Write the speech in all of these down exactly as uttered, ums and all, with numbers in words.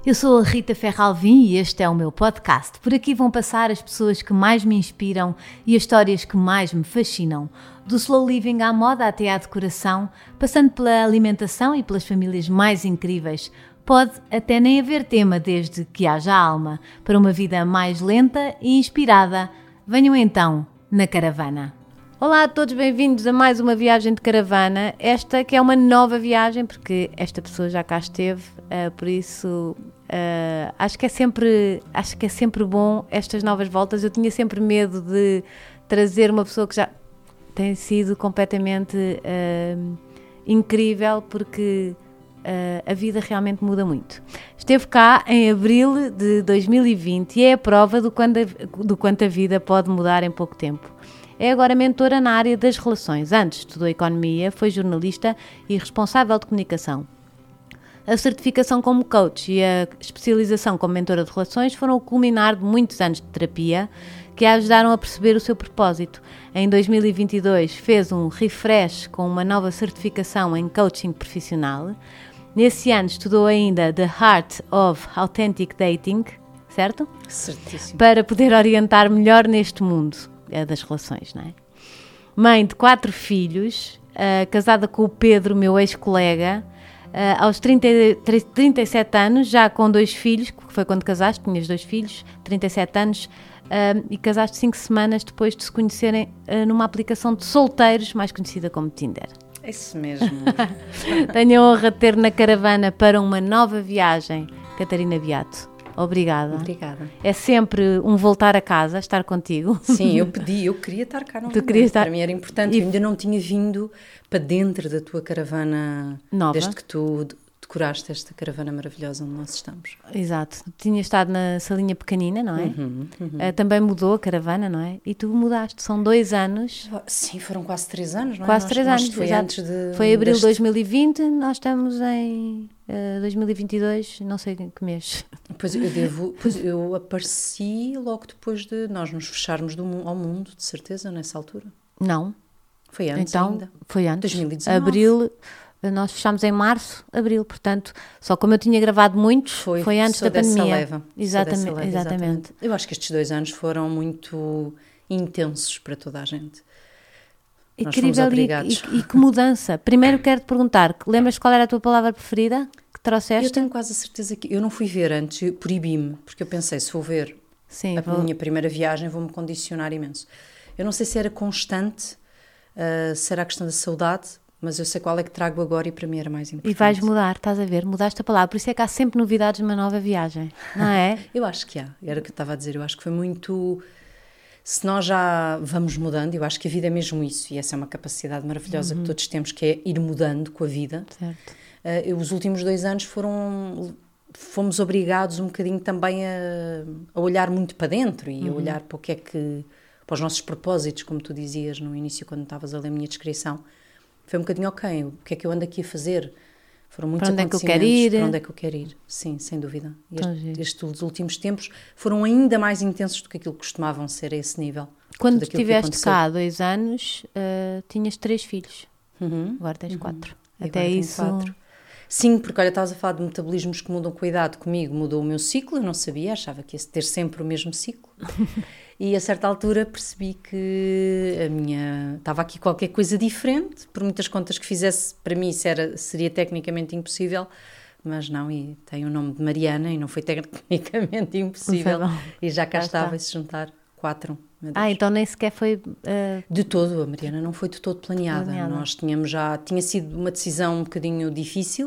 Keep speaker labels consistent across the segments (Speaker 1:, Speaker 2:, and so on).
Speaker 1: Eu sou a Rita Ferralvim e este é o meu podcast. Por aqui vão passar as pessoas que mais me inspiram e as histórias que mais me fascinam. Do slow living à moda até à decoração, passando pela alimentação e pelas famílias mais incríveis. Pode até nem haver tema desde que haja alma, para uma vida mais lenta e inspirada. Venham então na caravana. Olá a todos, bem-vindos a mais uma viagem de caravana. Esta que é uma nova viagem, porque esta pessoa já cá esteve, uh, por isso uh, acho, que é sempre, acho que é sempre bom estas novas voltas. Eu tinha sempre medo de trazer uma pessoa que já tem sido completamente uh, incrível, porque uh, a vida realmente muda muito. Esteve cá em abril de dois mil e vinte e é a prova do quanto a, do quanto a vida pode mudar em pouco tempo. É agora mentora na área das relações. Antes estudou economia, foi jornalista e responsável de comunicação. A certificação como coach e a especialização como mentora de relações foram o culminar de muitos anos de terapia que a ajudaram a perceber o seu propósito. Em dois mil e vinte e dois fez um refresh com uma nova certificação em coaching profissional. Nesse ano estudou ainda The Art of Authentic Dating, certo?
Speaker 2: Certíssimo.
Speaker 1: Para poder orientar melhor neste mundo das relações, não é? Mãe de quatro filhos, uh, casada com o Pedro, meu ex-colega, uh, aos trinta, trinta e sete anos, já com dois filhos, que foi quando casaste, tinhas dois filhos, trinta e sete anos, uh, e casaste cinco semanas depois de se conhecerem uh, numa aplicação de solteiros, mais conhecida como Tinder.
Speaker 2: É isso mesmo.
Speaker 1: Tenho a honra de ter na caravana para uma nova viagem, Catarina Beato. Obrigada.
Speaker 2: Obrigada.
Speaker 1: É sempre um voltar a casa, estar contigo.
Speaker 2: Sim, eu pedi, eu queria estar cá novamente. Tu querias estar... Para mim era importante. E... Eu ainda não tinha vindo para dentro da tua caravana nova, desde que tu decoraste esta caravana maravilhosa onde nós estamos.
Speaker 1: Exato. Tinha estado na salinha pequenina, não é?
Speaker 2: Uhum, uhum.
Speaker 1: Uh, também mudou a caravana, não é? E tu mudaste, são dois anos.
Speaker 2: Sim, foram quase três anos, não é?
Speaker 1: Quase
Speaker 2: nós,
Speaker 1: três
Speaker 2: nós
Speaker 1: anos,
Speaker 2: foi
Speaker 1: exato.
Speaker 2: Antes de...
Speaker 1: Foi abril de
Speaker 2: deste...
Speaker 1: dois mil e vinte, nós estamos em uh, dois mil e vinte e dois, não sei que mês.
Speaker 2: Pois eu devo, pois eu apareci logo depois de nós nos fecharmos do, ao mundo, de certeza, nessa altura.
Speaker 1: Não.
Speaker 2: Foi antes
Speaker 1: então,
Speaker 2: ainda.
Speaker 1: Foi antes.
Speaker 2: dois mil e dezanove.
Speaker 1: Abril, nós fechámos em março, abril, portanto, só como eu tinha gravado muitos, foi, foi antes da pandemia.
Speaker 2: Leva.
Speaker 1: Exatamente,
Speaker 2: leva,
Speaker 1: exatamente.
Speaker 2: exatamente. Eu acho que estes dois anos foram muito intensos para toda a gente. Nós fomos obrigados.
Speaker 1: E, e, e que mudança. Primeiro quero-te perguntar, lembras qual era a tua palavra preferida que trouxeste?
Speaker 2: Eu tenho quase a certeza que... Eu não fui ver antes, eu proibi-me, porque eu pensei, se vou ver Sim, a vou... minha primeira viagem, vou-me condicionar imenso. Eu não sei se era constante, uh, se era a questão da saudade, mas eu sei qual é que trago agora e para mim era mais importante.
Speaker 1: E vais mudar, estás a ver, mudaste a palavra, por isso é que há sempre novidades numa nova viagem, não é?
Speaker 2: Eu acho que há, era o que eu estava a dizer, eu acho que foi muito... Se nós já vamos mudando, eu acho que a vida é mesmo isso, e essa é uma capacidade maravilhosa uhum. que todos temos, que é ir mudando com a vida.
Speaker 1: Certo.
Speaker 2: Uh, eu, os últimos dois anos foram... Fomos obrigados um bocadinho também a, a olhar muito para dentro e uhum. a olhar para o que é que... para os nossos propósitos, como tu dizias no início, quando estavas a ler a minha descrição. Foi um bocadinho, ok, o que é que eu ando aqui a fazer? Foram muitos
Speaker 1: para onde
Speaker 2: acontecimentos.
Speaker 1: É que eu quero ir?
Speaker 2: Para onde é que eu quero ir? Sim, sem dúvida. Este, estes últimos tempos foram ainda mais intensos do que aquilo que costumavam ser a esse nível.
Speaker 1: Quando estiveste cá há dois anos, uh, tinhas três filhos.
Speaker 2: Uhum.
Speaker 1: Agora tens
Speaker 2: uhum.
Speaker 1: quatro.
Speaker 2: E
Speaker 1: Até isso...
Speaker 2: Quatro. Sim, porque olha, estavas a falar de metabolismos que mudam com a idade. Comigo mudou o meu ciclo, eu não sabia, achava que ia ter sempre o mesmo ciclo. E a certa altura percebi que a minha... estava aqui qualquer coisa diferente, por muitas contas que fizesse, para mim isso era, seria tecnicamente impossível, mas não, e tem o nome de Mariana e não foi tecnicamente impossível. E já cá já estava, e se juntar quatro.
Speaker 1: Ah, então nem sequer foi... Uh...
Speaker 2: De todo, a Mariana não foi de todo planeada. planeada. Nós tínhamos já... Tinha sido uma decisão um bocadinho difícil,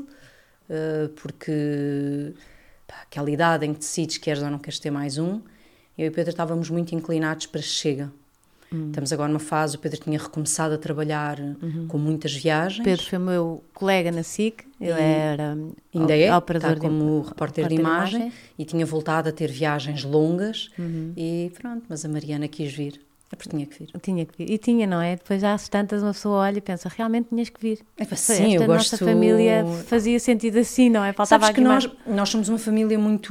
Speaker 2: uh, porque pá, aquela idade em que decides queres ou não queres ter mais um, eu e o Pedro estávamos muito inclinados para chega. Hum. Estamos agora numa fase, o Pedro tinha recomeçado a trabalhar uhum. com muitas viagens.
Speaker 1: Pedro foi meu colega na S I C, ele era
Speaker 2: ainda é,
Speaker 1: operador
Speaker 2: está como
Speaker 1: de,
Speaker 2: repórter de imagem, de imagem e tinha voltado a ter viagens longas uhum. e pronto, mas a Mariana quis vir. É porque tinha que vir.
Speaker 1: Tinha que vir. E tinha, não é? Depois já às tantas uma pessoa olha e pensa, realmente tinhas que vir.
Speaker 2: É, sim, Esta eu
Speaker 1: nossa
Speaker 2: gosto...
Speaker 1: família fazia sentido assim, não é? Faltava
Speaker 2: Sabes que
Speaker 1: mais...
Speaker 2: nós, nós somos uma família muito...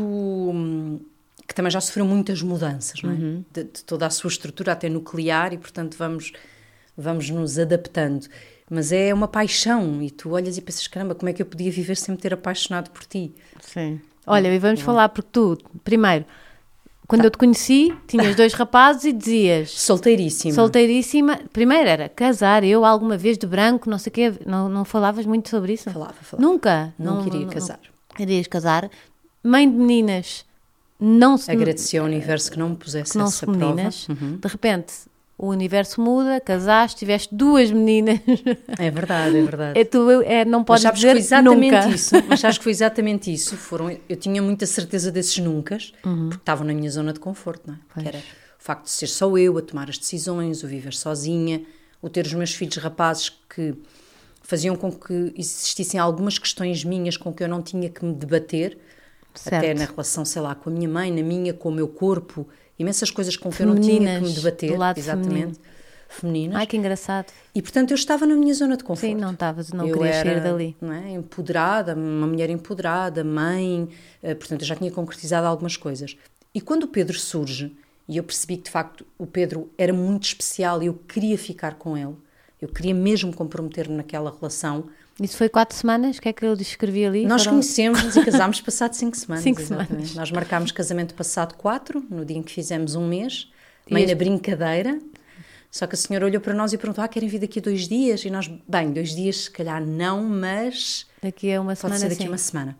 Speaker 2: que também já sofreu muitas mudanças, não é? Uhum. De, de toda a sua estrutura, até nuclear, e portanto vamos, vamos nos adaptando. Mas é uma paixão, e tu olhas e pensas, caramba, como é que eu podia viver sem me ter apaixonado por ti?
Speaker 1: Sim. Olha, e vamos
Speaker 2: Não.
Speaker 1: falar, porque tu, primeiro, quando
Speaker 2: Tá.
Speaker 1: eu te conheci, tinhas dois rapazes e dizias...
Speaker 2: Solteiríssima.
Speaker 1: Solteiríssima. Primeiro era casar, eu alguma vez de branco, não sei o quê. Não, não falavas muito sobre isso?
Speaker 2: Falava, falava.
Speaker 1: Nunca?
Speaker 2: Não,
Speaker 1: não
Speaker 2: queria
Speaker 1: não,
Speaker 2: casar.
Speaker 1: Não, querias casar. Mãe de meninas, não se...
Speaker 2: Agradeci ao universo que não me pusesse
Speaker 1: que não
Speaker 2: essa
Speaker 1: se meninas.
Speaker 2: prova. Uhum.
Speaker 1: De repente, o universo muda, casaste, tiveste duas meninas.
Speaker 2: É verdade, é verdade.
Speaker 1: É, tu, é, não
Speaker 2: Mas
Speaker 1: podes
Speaker 2: sabes que
Speaker 1: dizer
Speaker 2: foi exatamente
Speaker 1: nunca.
Speaker 2: isso. Mas sabes que foi exatamente isso. Foram, eu tinha muita certeza desses nuncas,
Speaker 1: Uhum.
Speaker 2: porque estavam na minha zona de conforto, não é?
Speaker 1: Pois.
Speaker 2: Que era o facto de ser só eu a tomar as decisões, o viver sozinha, o ter os meus filhos rapazes que faziam com que existissem algumas questões minhas com que eu não tinha que me debater,
Speaker 1: Certo.
Speaker 2: até na relação, sei lá, com a minha mãe, na minha, com o meu corpo, imensas coisas com que eu não tinha que me
Speaker 1: Femininas,
Speaker 2: debater.
Speaker 1: do lado
Speaker 2: exatamente.
Speaker 1: feminino.
Speaker 2: Femininas.
Speaker 1: Ai, que engraçado.
Speaker 2: E, portanto, eu estava na minha zona de conforto.
Speaker 1: Sim, não estavas, não
Speaker 2: eu
Speaker 1: querias
Speaker 2: era,
Speaker 1: sair dali.
Speaker 2: não é, empoderada, uma mulher empoderada, mãe, uh, portanto, eu já tinha concretizado algumas coisas. E quando o Pedro surge, e eu percebi que, de facto, o Pedro era muito especial e eu queria ficar com ele, eu queria mesmo comprometer-me naquela relação.
Speaker 1: Isso foi quatro semanas? O que é que eu descrevi ali?
Speaker 2: Nós
Speaker 1: Foram...
Speaker 2: conhecemos e casámos passado cinco semanas.
Speaker 1: Cinco
Speaker 2: exatamente.
Speaker 1: semanas.
Speaker 2: Nós marcámos casamento passado quatro, no dia em que fizemos um mês,
Speaker 1: E
Speaker 2: meio
Speaker 1: este-
Speaker 2: na brincadeira. Só que a senhora olhou para nós e perguntou, ah, querem vir daqui a dois dias? E nós, bem, dois dias se calhar não, mas
Speaker 1: Daqui a uma
Speaker 2: pode
Speaker 1: semana
Speaker 2: ser daqui a
Speaker 1: sim.
Speaker 2: uma semana.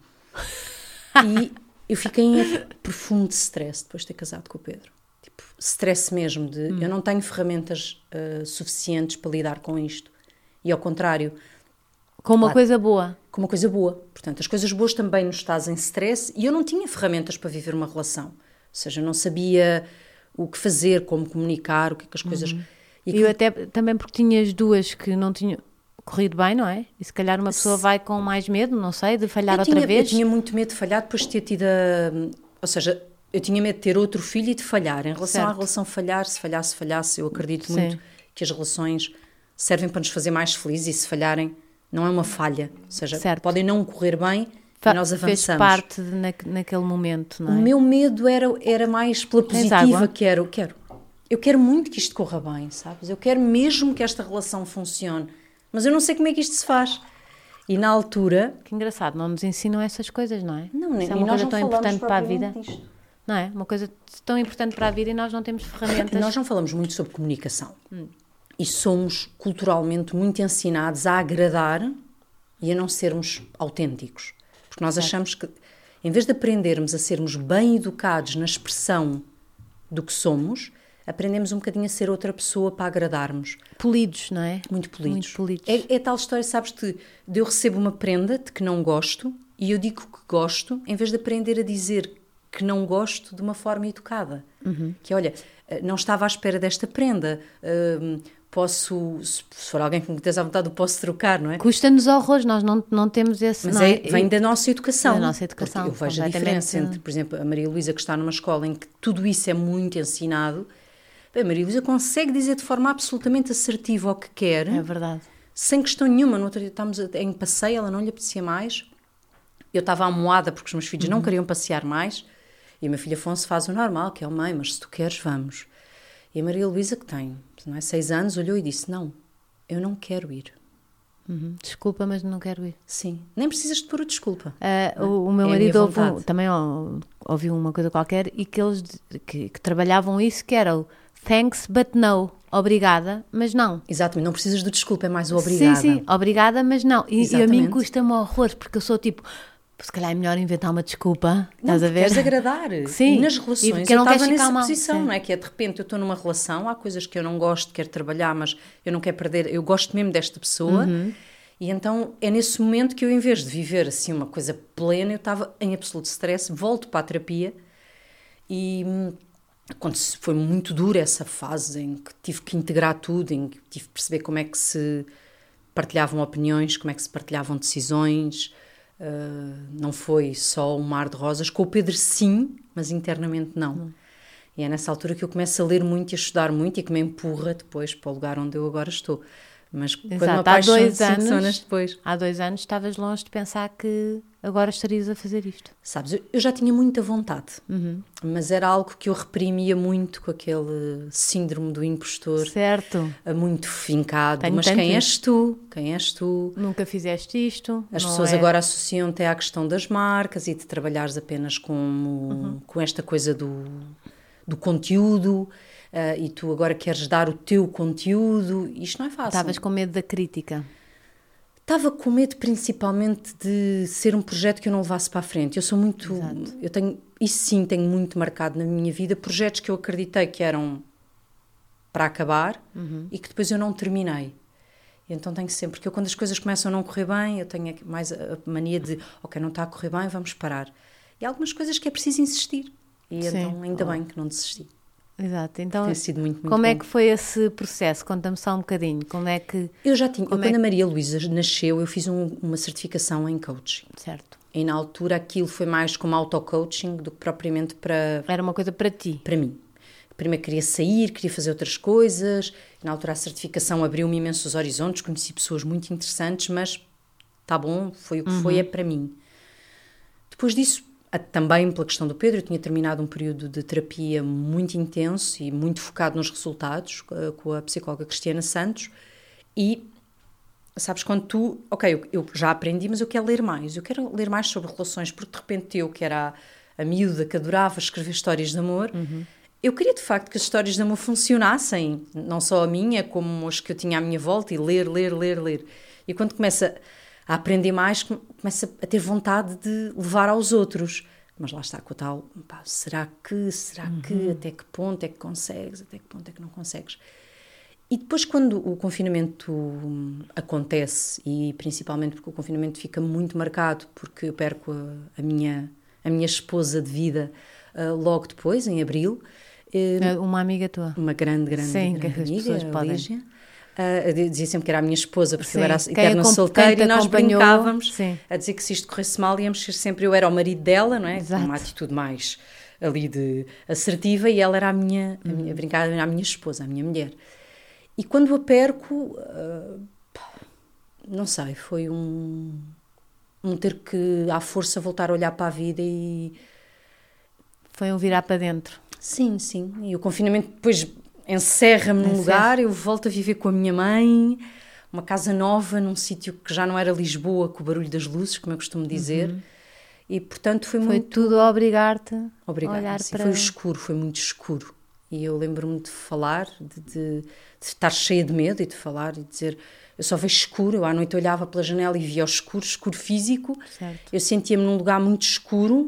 Speaker 2: E eu fiquei em profundo stress depois de ter casado com o Pedro. Tipo, stress mesmo de,
Speaker 1: Hum.
Speaker 2: eu não tenho ferramentas uh, suficientes para lidar com isto. E ao contrário,
Speaker 1: Com uma
Speaker 2: Claro.
Speaker 1: coisa boa.
Speaker 2: com uma coisa boa. Portanto, as coisas boas também nos trazem stress e eu não tinha ferramentas para viver uma relação. Ou seja, eu não sabia o que fazer, como comunicar, o que é que as coisas...
Speaker 1: Uhum.
Speaker 2: E
Speaker 1: E eu até também porque tinhas duas que não tinham corrido bem, não é? E se calhar uma pessoa vai com mais medo, não sei, de falhar
Speaker 2: eu
Speaker 1: outra
Speaker 2: tinha,
Speaker 1: vez.
Speaker 2: Eu tinha muito medo de falhar depois de ter tido a... Ou seja, eu tinha medo de ter outro filho e de falhar. Em relação
Speaker 1: Certo.
Speaker 2: à relação falhar, se falhasse, falhasse, eu acredito
Speaker 1: Sim.
Speaker 2: muito que as relações servem para nos fazer mais felizes e se falharem não é uma falha. Ou seja,
Speaker 1: Certo.
Speaker 2: podem não correr bem
Speaker 1: Fa-
Speaker 2: e nós
Speaker 1: Fez
Speaker 2: avançamos.
Speaker 1: parte de, na, naquele momento, não é?
Speaker 2: O meu medo era, era mais pela
Speaker 1: Tens
Speaker 2: positiva.
Speaker 1: água?
Speaker 2: Quero, quero. Eu quero muito que isto corra bem, sabes? Eu quero mesmo que esta relação funcione. Mas eu não sei como é que isto se faz. E na altura...
Speaker 1: Que engraçado, não nos ensinam essas coisas, não é?
Speaker 2: Não, nem,
Speaker 1: Isso é
Speaker 2: e
Speaker 1: uma
Speaker 2: nós
Speaker 1: coisa
Speaker 2: não
Speaker 1: tão
Speaker 2: falamos
Speaker 1: importante para a vida.
Speaker 2: propriamente disto.
Speaker 1: Não é? Uma coisa tão importante para a vida e nós não temos ferramentas.
Speaker 2: Nós não falamos muito sobre comunicação. E somos culturalmente muito ensinados a agradar e a não sermos autênticos. Porque nós achamos que, em vez de aprendermos a sermos bem educados na expressão do que somos, aprendemos um bocadinho a ser outra pessoa para agradarmos.
Speaker 1: Polidos, não é?
Speaker 2: Muito polidos.
Speaker 1: Muito polidos.
Speaker 2: É, é tal história, sabes, de, de eu recebo uma prenda de que não gosto e eu digo que gosto, em vez de aprender a dizer que não gosto de uma forma educada.
Speaker 1: Uhum.
Speaker 2: Que, olha, não estava à espera desta prenda, hum, posso, se for alguém que me dês à vontade, eu posso trocar, não é?
Speaker 1: Custa-nos horrores, nós não, não temos esse...
Speaker 2: Mas
Speaker 1: não
Speaker 2: é, vem da nossa educação.
Speaker 1: Da nossa educação,
Speaker 2: Porque eu vejo a
Speaker 1: completamente.
Speaker 2: diferença entre, por exemplo, a Maria Luísa, que está numa escola em que tudo isso é muito ensinado. Bem, a Maria Luísa consegue dizer de forma absolutamente assertiva o que quer,
Speaker 1: É verdade.
Speaker 2: sem questão nenhuma. No outro dia estávamos em passeio, ela não lhe apetecia mais. Eu estava amuada porque os meus filhos não queriam passear mais. E a minha filha Afonso faz o normal, que é o mãe, mas se tu queres, vamos. E a Maria Luísa, que tem não é, seis anos, olhou e disse, não, eu não quero ir.
Speaker 1: Uhum. Desculpa, mas não quero ir.
Speaker 2: Sim, nem precisas de pôr o desculpa.
Speaker 1: Uh, o, o meu
Speaker 2: É a
Speaker 1: marido
Speaker 2: minha
Speaker 1: ouve um-
Speaker 2: vontade.
Speaker 1: também ó, ouviu uma coisa qualquer e que eles que, que trabalhavam isso, que era o thanks but no, obrigada, mas não.
Speaker 2: Exatamente, não precisas do desculpa, é mais o obrigada.
Speaker 1: Sim, sim, obrigada, mas não. E, e a mim
Speaker 2: Exatamente.
Speaker 1: custa-me horrores, porque eu sou tipo, se calhar é melhor inventar uma desculpa,
Speaker 2: Não,
Speaker 1: estás a
Speaker 2: porque
Speaker 1: ver?
Speaker 2: queres agradar.
Speaker 1: Sim.
Speaker 2: E nas
Speaker 1: E
Speaker 2: relações,
Speaker 1: porque
Speaker 2: eu
Speaker 1: não queres
Speaker 2: estava
Speaker 1: ficar
Speaker 2: nessa
Speaker 1: mal,
Speaker 2: posição,
Speaker 1: sim.
Speaker 2: não é? Que é, de repente, eu estou numa relação, há coisas que eu não gosto, quero trabalhar, mas eu não quero perder, eu gosto mesmo desta pessoa.
Speaker 1: Uhum.
Speaker 2: E então, é nesse momento que eu, em vez de viver assim uma coisa plena, eu estava em absoluto stress, volto para a terapia e... hum, quando se- foi muito dura essa fase em que tive que integrar tudo, em que tive que perceber como é que se partilhavam opiniões, como é que se partilhavam decisões. Uh, não foi só um mar de rosas. Com o Pedro sim, mas internamente não.
Speaker 1: Hum.
Speaker 2: E é nessa altura que eu começo a ler muito e a estudar muito e que me empurra depois para o lugar onde eu agora estou. Mas quando me
Speaker 1: Exato, há
Speaker 2: apaixono
Speaker 1: dois
Speaker 2: cinco
Speaker 1: anos,
Speaker 2: semanas depois...
Speaker 1: há dois anos estavas longe de pensar que agora estarias a fazer isto?
Speaker 2: Sabes, eu, eu já tinha muita vontade,
Speaker 1: Uhum.
Speaker 2: mas era algo que eu reprimia muito com aquele síndrome do impostor.
Speaker 1: Certo.
Speaker 2: Muito fincado.
Speaker 1: Tenho
Speaker 2: mas
Speaker 1: tanto
Speaker 2: quem és
Speaker 1: isso.
Speaker 2: tu? Quem és tu?
Speaker 1: Nunca fizeste isto.
Speaker 2: As
Speaker 1: não
Speaker 2: pessoas
Speaker 1: é?
Speaker 2: agora associam-te à questão das marcas e de trabalhares apenas com,
Speaker 1: Uhum.
Speaker 2: com esta coisa do, do conteúdo, uh, e tu agora queres dar o teu conteúdo. Isto não é fácil.
Speaker 1: Estavas com medo da crítica.
Speaker 2: Estava com medo principalmente de ser um projeto que eu não levasse para a frente. Eu sou muito...
Speaker 1: Exato.
Speaker 2: Eu tenho, isso sim tenho muito marcado na minha vida, projetos que eu acreditei que eram para acabar
Speaker 1: Uhum.
Speaker 2: e que depois eu não terminei. E então tenho sempre... Porque eu, quando as coisas começam a não correr bem, eu tenho mais a mania de, ok, não está a correr bem, vamos parar. E há algumas coisas que é preciso insistir. E
Speaker 1: Sim.
Speaker 2: então ainda
Speaker 1: Oh.
Speaker 2: bem que não desisti.
Speaker 1: Exato. Então,
Speaker 2: Tem sido muito, muito
Speaker 1: como
Speaker 2: bom.
Speaker 1: é que foi esse processo? Conta-me só um bocadinho. Como é que...
Speaker 2: Eu já tinha... Eu,
Speaker 1: Como é
Speaker 2: quando
Speaker 1: que-
Speaker 2: a Maria Luísa nasceu, eu fiz um- uma certificação em coaching.
Speaker 1: Certo.
Speaker 2: E na altura aquilo foi mais como auto-coaching do que propriamente para,
Speaker 1: Era uma coisa para ti.
Speaker 2: para mim. Primeiro queria sair, queria fazer outras coisas. Na altura a certificação abriu-me imensos horizontes, conheci pessoas muito interessantes, mas tá bom, foi o que foi, é para mim. Depois disso, a- também pela questão do Pedro, eu tinha terminado um período de terapia muito intenso e muito focado nos resultados, eh, com a psicóloga Cristiana Santos, e sabes, quando tu, ok, eu, eu já aprendi, mas eu quero ler mais, eu quero ler mais sobre relações, porque de repente eu, que era a, a miúda que adorava escrever histórias de amor, eu queria de facto que as histórias de amor funcionassem, não só a minha, como as que eu tinha à minha volta, e ler, ler, ler, ler. E quando começa a aprender mais, começa a ter vontade de levar aos outros. Mas lá está com a tal, pá, será que, será que, até que ponto é que consegues, até que ponto é que não consegues? E depois, quando o confinamento hum, acontece, e principalmente porque o confinamento fica muito marcado, porque eu perco a, a, minha, a minha esposa de vida uh, logo depois, em abril, uh,
Speaker 1: Uma amiga tua.
Speaker 2: uma grande, grande,
Speaker 1: Sim,
Speaker 2: grande
Speaker 1: que as
Speaker 2: amiga,
Speaker 1: pessoas
Speaker 2: a
Speaker 1: podem.
Speaker 2: Lígia. Uh, eu dizia sempre que era a minha esposa, porque
Speaker 1: Sim,
Speaker 2: eu era a
Speaker 1: quem
Speaker 2: eterna
Speaker 1: acom-
Speaker 2: solteira,
Speaker 1: quem te
Speaker 2: e nós
Speaker 1: acompanhou,
Speaker 2: brincávamos
Speaker 1: sim.
Speaker 2: a dizer que se isto corresse mal íamos ser sempre, eu era o marido dela, não é?
Speaker 1: Exato.
Speaker 2: Uma atitude mais ali de assertiva, e ela era a minha, a
Speaker 1: Uhum.
Speaker 2: minha brincada, era a minha esposa, a minha mulher. E quando a perco, uh, pá, não sei, foi um, um ter que, à força, voltar a olhar para a vida e...
Speaker 1: Foi um virar para dentro.
Speaker 2: Sim, sim. E o confinamento depois encerra-me num
Speaker 1: Encerra.
Speaker 2: lugar, eu volto a viver com a minha mãe, uma casa nova, num sítio que já não era Lisboa, com o barulho das luzes, como eu costumo dizer. E, portanto, foi,
Speaker 1: Foi
Speaker 2: muito...
Speaker 1: tudo a obrigar-te a
Speaker 2: Obrigada.
Speaker 1: olhar
Speaker 2: Sim,
Speaker 1: para...
Speaker 2: foi escuro, foi muito escuro. E eu lembro-me de falar, de, de, de estar cheia de medo e de falar e dizer, eu só vejo escuro. Eu à noite olhava pela janela e via o escuro, escuro físico.
Speaker 1: Certo.
Speaker 2: Eu sentia-me num lugar muito escuro,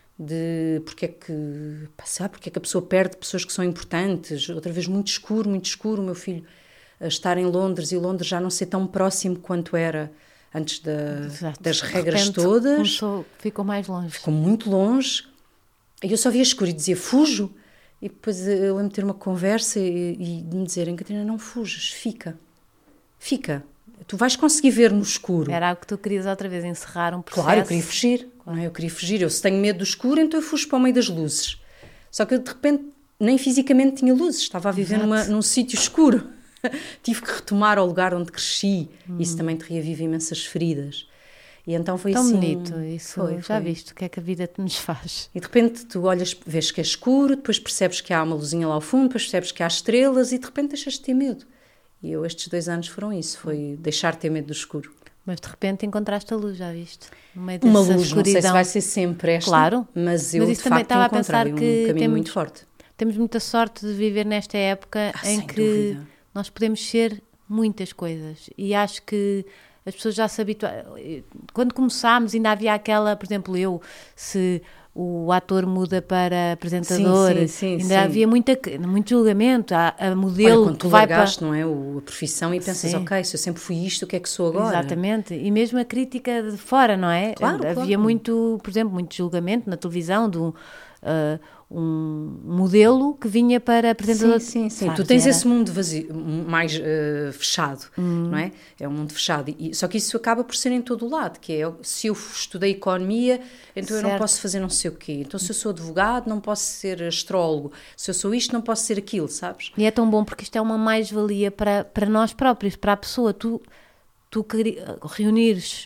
Speaker 2: de porque é que, pá, sabe, porque é que a pessoa perde pessoas que são importantes. Outra vez muito escuro, muito escuro. O meu filho a estar em Londres, e Londres já não ser tão próximo quanto era antes da,
Speaker 1: Exato.
Speaker 2: das
Speaker 1: De
Speaker 2: regras
Speaker 1: repente,
Speaker 2: todas.
Speaker 1: começou- ficou mais longe.
Speaker 2: Ficou muito longe, e eu só via escuro e dizia, fujo. E depois eu lembro de ter uma conversa e, e de me dizerem, Catarina, não fujas, fica, fica. Tu vais conseguir ver no escuro.
Speaker 1: Era algo que tu querias outra vez encerrar um processo.
Speaker 2: Claro, eu queria fugir, não é? Eu queria fugir. Eu, se tenho medo do escuro, então eu fujo para o meio das luzes. Só que eu, de repente, nem fisicamente tinha luzes, estava a viver numa, num sítio escuro. Tive que retomar ao lugar onde cresci. Isso também te reaviva imensas feridas. E então foi
Speaker 1: Tão
Speaker 2: assim...
Speaker 1: bonito, isso
Speaker 2: Foi,
Speaker 1: já
Speaker 2: foi.
Speaker 1: viste o que é que a vida te nos faz.
Speaker 2: E de repente tu olhas, vês que é escuro, depois percebes que há uma luzinha lá ao fundo, depois percebes que há estrelas, e de repente deixas de ter medo. E eu, estes dois anos foram isso, foi deixar de ter medo do escuro.
Speaker 1: Mas de repente encontraste a luz, já viste? No meio dessa
Speaker 2: Uma luz,
Speaker 1: escuridão.
Speaker 2: não sei se vai ser sempre esta,
Speaker 1: Claro,
Speaker 2: mas eu
Speaker 1: mas
Speaker 2: de
Speaker 1: isso também
Speaker 2: facto
Speaker 1: estava a
Speaker 2: encontrei
Speaker 1: pensar
Speaker 2: um
Speaker 1: que
Speaker 2: caminho
Speaker 1: temos-
Speaker 2: muito forte.
Speaker 1: Temos muita sorte de viver nesta época
Speaker 2: Ah,
Speaker 1: em
Speaker 2: sem
Speaker 1: que
Speaker 2: dúvida.
Speaker 1: nós podemos ser muitas coisas, e acho que as pessoas já se habituaram. Quando começámos ainda havia aquela, por exemplo, eu, se o ator muda para apresentador,
Speaker 2: Sim, sim, sim,
Speaker 1: ainda
Speaker 2: sim.
Speaker 1: havia muita, muito julgamento, a, a
Speaker 2: Olha,
Speaker 1: modelo
Speaker 2: quando
Speaker 1: que
Speaker 2: tu
Speaker 1: vai para...
Speaker 2: largaste, não é, o- a profissão, e pensas,
Speaker 1: Sim.
Speaker 2: ok, se eu sempre fui isto, o que é que sou agora?
Speaker 1: Exatamente, e mesmo a crítica de fora, não é?
Speaker 2: Claro,
Speaker 1: Havia
Speaker 2: claro.
Speaker 1: muito, por exemplo, muito julgamento na televisão de um, uh, um modelo que vinha para apresentador.
Speaker 2: Sim, sim, sim.
Speaker 1: Sabes,
Speaker 2: Tu tens
Speaker 1: era-
Speaker 2: esse mundo vazio, mais eh, fechado, não é? É um mundo fechado. E, só que isso acaba por ser em todo o lado, que é, se eu estudei economia, então eu não
Speaker 1: Certo.
Speaker 2: posso fazer não sei o quê. Então se eu sou advogado, não posso ser astrólogo. Se eu sou isto, não posso ser aquilo, sabes?
Speaker 1: E é tão bom porque isto é uma mais-valia para, para nós próprios, para a pessoa. Tu, tu cri- reunires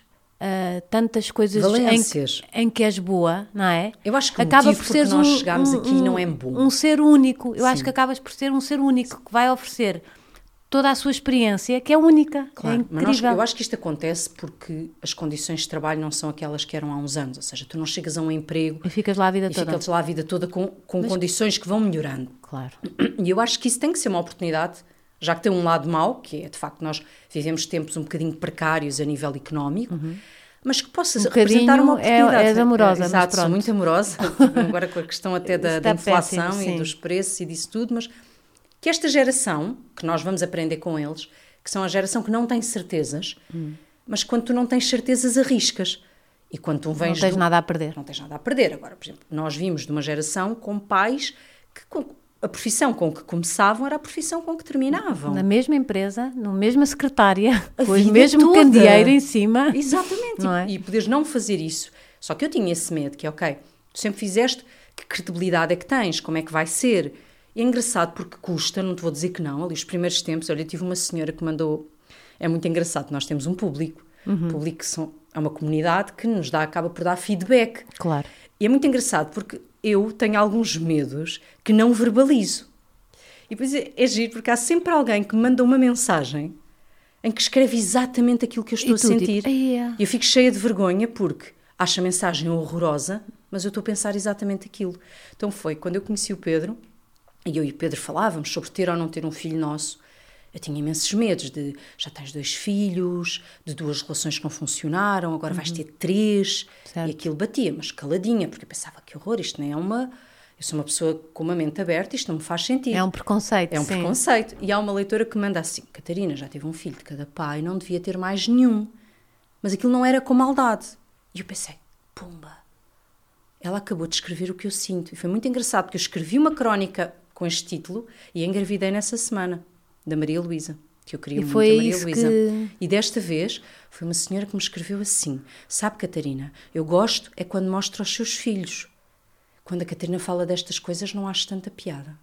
Speaker 1: uh, tantas coisas em que, em que és boa, não é?
Speaker 2: Eu acho que
Speaker 1: acaba
Speaker 2: o motivo
Speaker 1: por ser
Speaker 2: nós
Speaker 1: um,
Speaker 2: chegámos
Speaker 1: um,
Speaker 2: aqui
Speaker 1: um,
Speaker 2: não é bom.
Speaker 1: Um ser único. Eu
Speaker 2: Sim.
Speaker 1: acho que acabas por ser um ser único que vai oferecer toda a sua experiência, que é única.
Speaker 2: Claro,
Speaker 1: é
Speaker 2: mas nós, eu acho que isto acontece porque as condições de trabalho não são aquelas que eram há uns anos. Ou seja, tu não chegas a um emprego
Speaker 1: e ficas lá a vida
Speaker 2: e
Speaker 1: toda.
Speaker 2: ficas lá a vida toda com, com mas, condições que vão melhorando.
Speaker 1: Claro.
Speaker 2: E eu acho que isso tem que ser uma oportunidade, já que tem um lado mau, que é de facto nós vivemos tempos um bocadinho precários a nível económico, uhum. mas que possa um representar uma oportunidade.
Speaker 1: É, és amorosa,
Speaker 2: é, exato,
Speaker 1: mas pronto.
Speaker 2: Sou muito amorosa, agora com a questão até da, da inflação péssimo, e dos preços e disso tudo, mas que esta geração, que nós vamos aprender com eles, que são a geração que não tem certezas, hum. mas quando tu não tens certezas arriscas. E quando tu vens...
Speaker 1: Não tens
Speaker 2: do...
Speaker 1: nada a perder.
Speaker 2: Não tens nada a perder. Agora, por exemplo, nós vimos de uma geração com pais que com... a profissão com que começavam era a profissão com que terminavam.
Speaker 1: Na mesma empresa, na mesma secretária, a com o mesmo toda. Candeeiro em cima.
Speaker 2: Exatamente. Não é? E, e poderes não fazer isso. Só que eu tinha esse medo, que é, ok, tu sempre fizeste, que credibilidade é que tens? Como é que vai ser? E é engraçado porque custa, não te vou dizer que não, ali os primeiros tempos, olha, eu tive uma senhora que mandou, é muito engraçado, nós temos um público, uhum. público que são, é uma comunidade que nos dá, acaba por dar feedback.
Speaker 1: Claro.
Speaker 2: E é muito engraçado porque eu tenho alguns medos que não verbalizo. E depois é, é giro porque há sempre alguém que me manda uma mensagem em que escreve exatamente aquilo que eu estou e a sentir. Tipo, yeah. E eu fico cheia de vergonha porque acho a mensagem horrorosa, mas eu estou a pensar exatamente aquilo. Então foi, quando eu conheci o Pedro, e eu e o Pedro falávamos sobre ter ou não ter um filho nosso, eu tinha imensos medos de, já tens dois filhos, de duas relações que não funcionaram, agora uhum. vais ter três, certo. E aquilo batia, mas caladinha, porque eu pensava, que horror, isto não é uma... Eu sou uma pessoa com uma mente aberta, isto não me faz sentido.
Speaker 1: É um preconceito,
Speaker 2: É um
Speaker 1: sim.
Speaker 2: preconceito. E há uma leitora que manda assim, Catarina, já teve um filho de cada pai, não devia ter mais nenhum. Mas aquilo não era com maldade. E eu pensei, pumba, ela acabou de escrever o que eu sinto. E foi muito engraçado, porque eu escrevi uma crónica com este título e engravidei nessa semana, da Maria Luísa, que eu queria
Speaker 1: e
Speaker 2: muito
Speaker 1: foi
Speaker 2: a Maria
Speaker 1: isso
Speaker 2: Luísa.
Speaker 1: Que...
Speaker 2: E desta vez foi uma senhora que me escreveu assim, sabe, Catarina, eu gosto é quando mostra os seus filhos. Quando a Catarina fala destas coisas não acho tanta piada.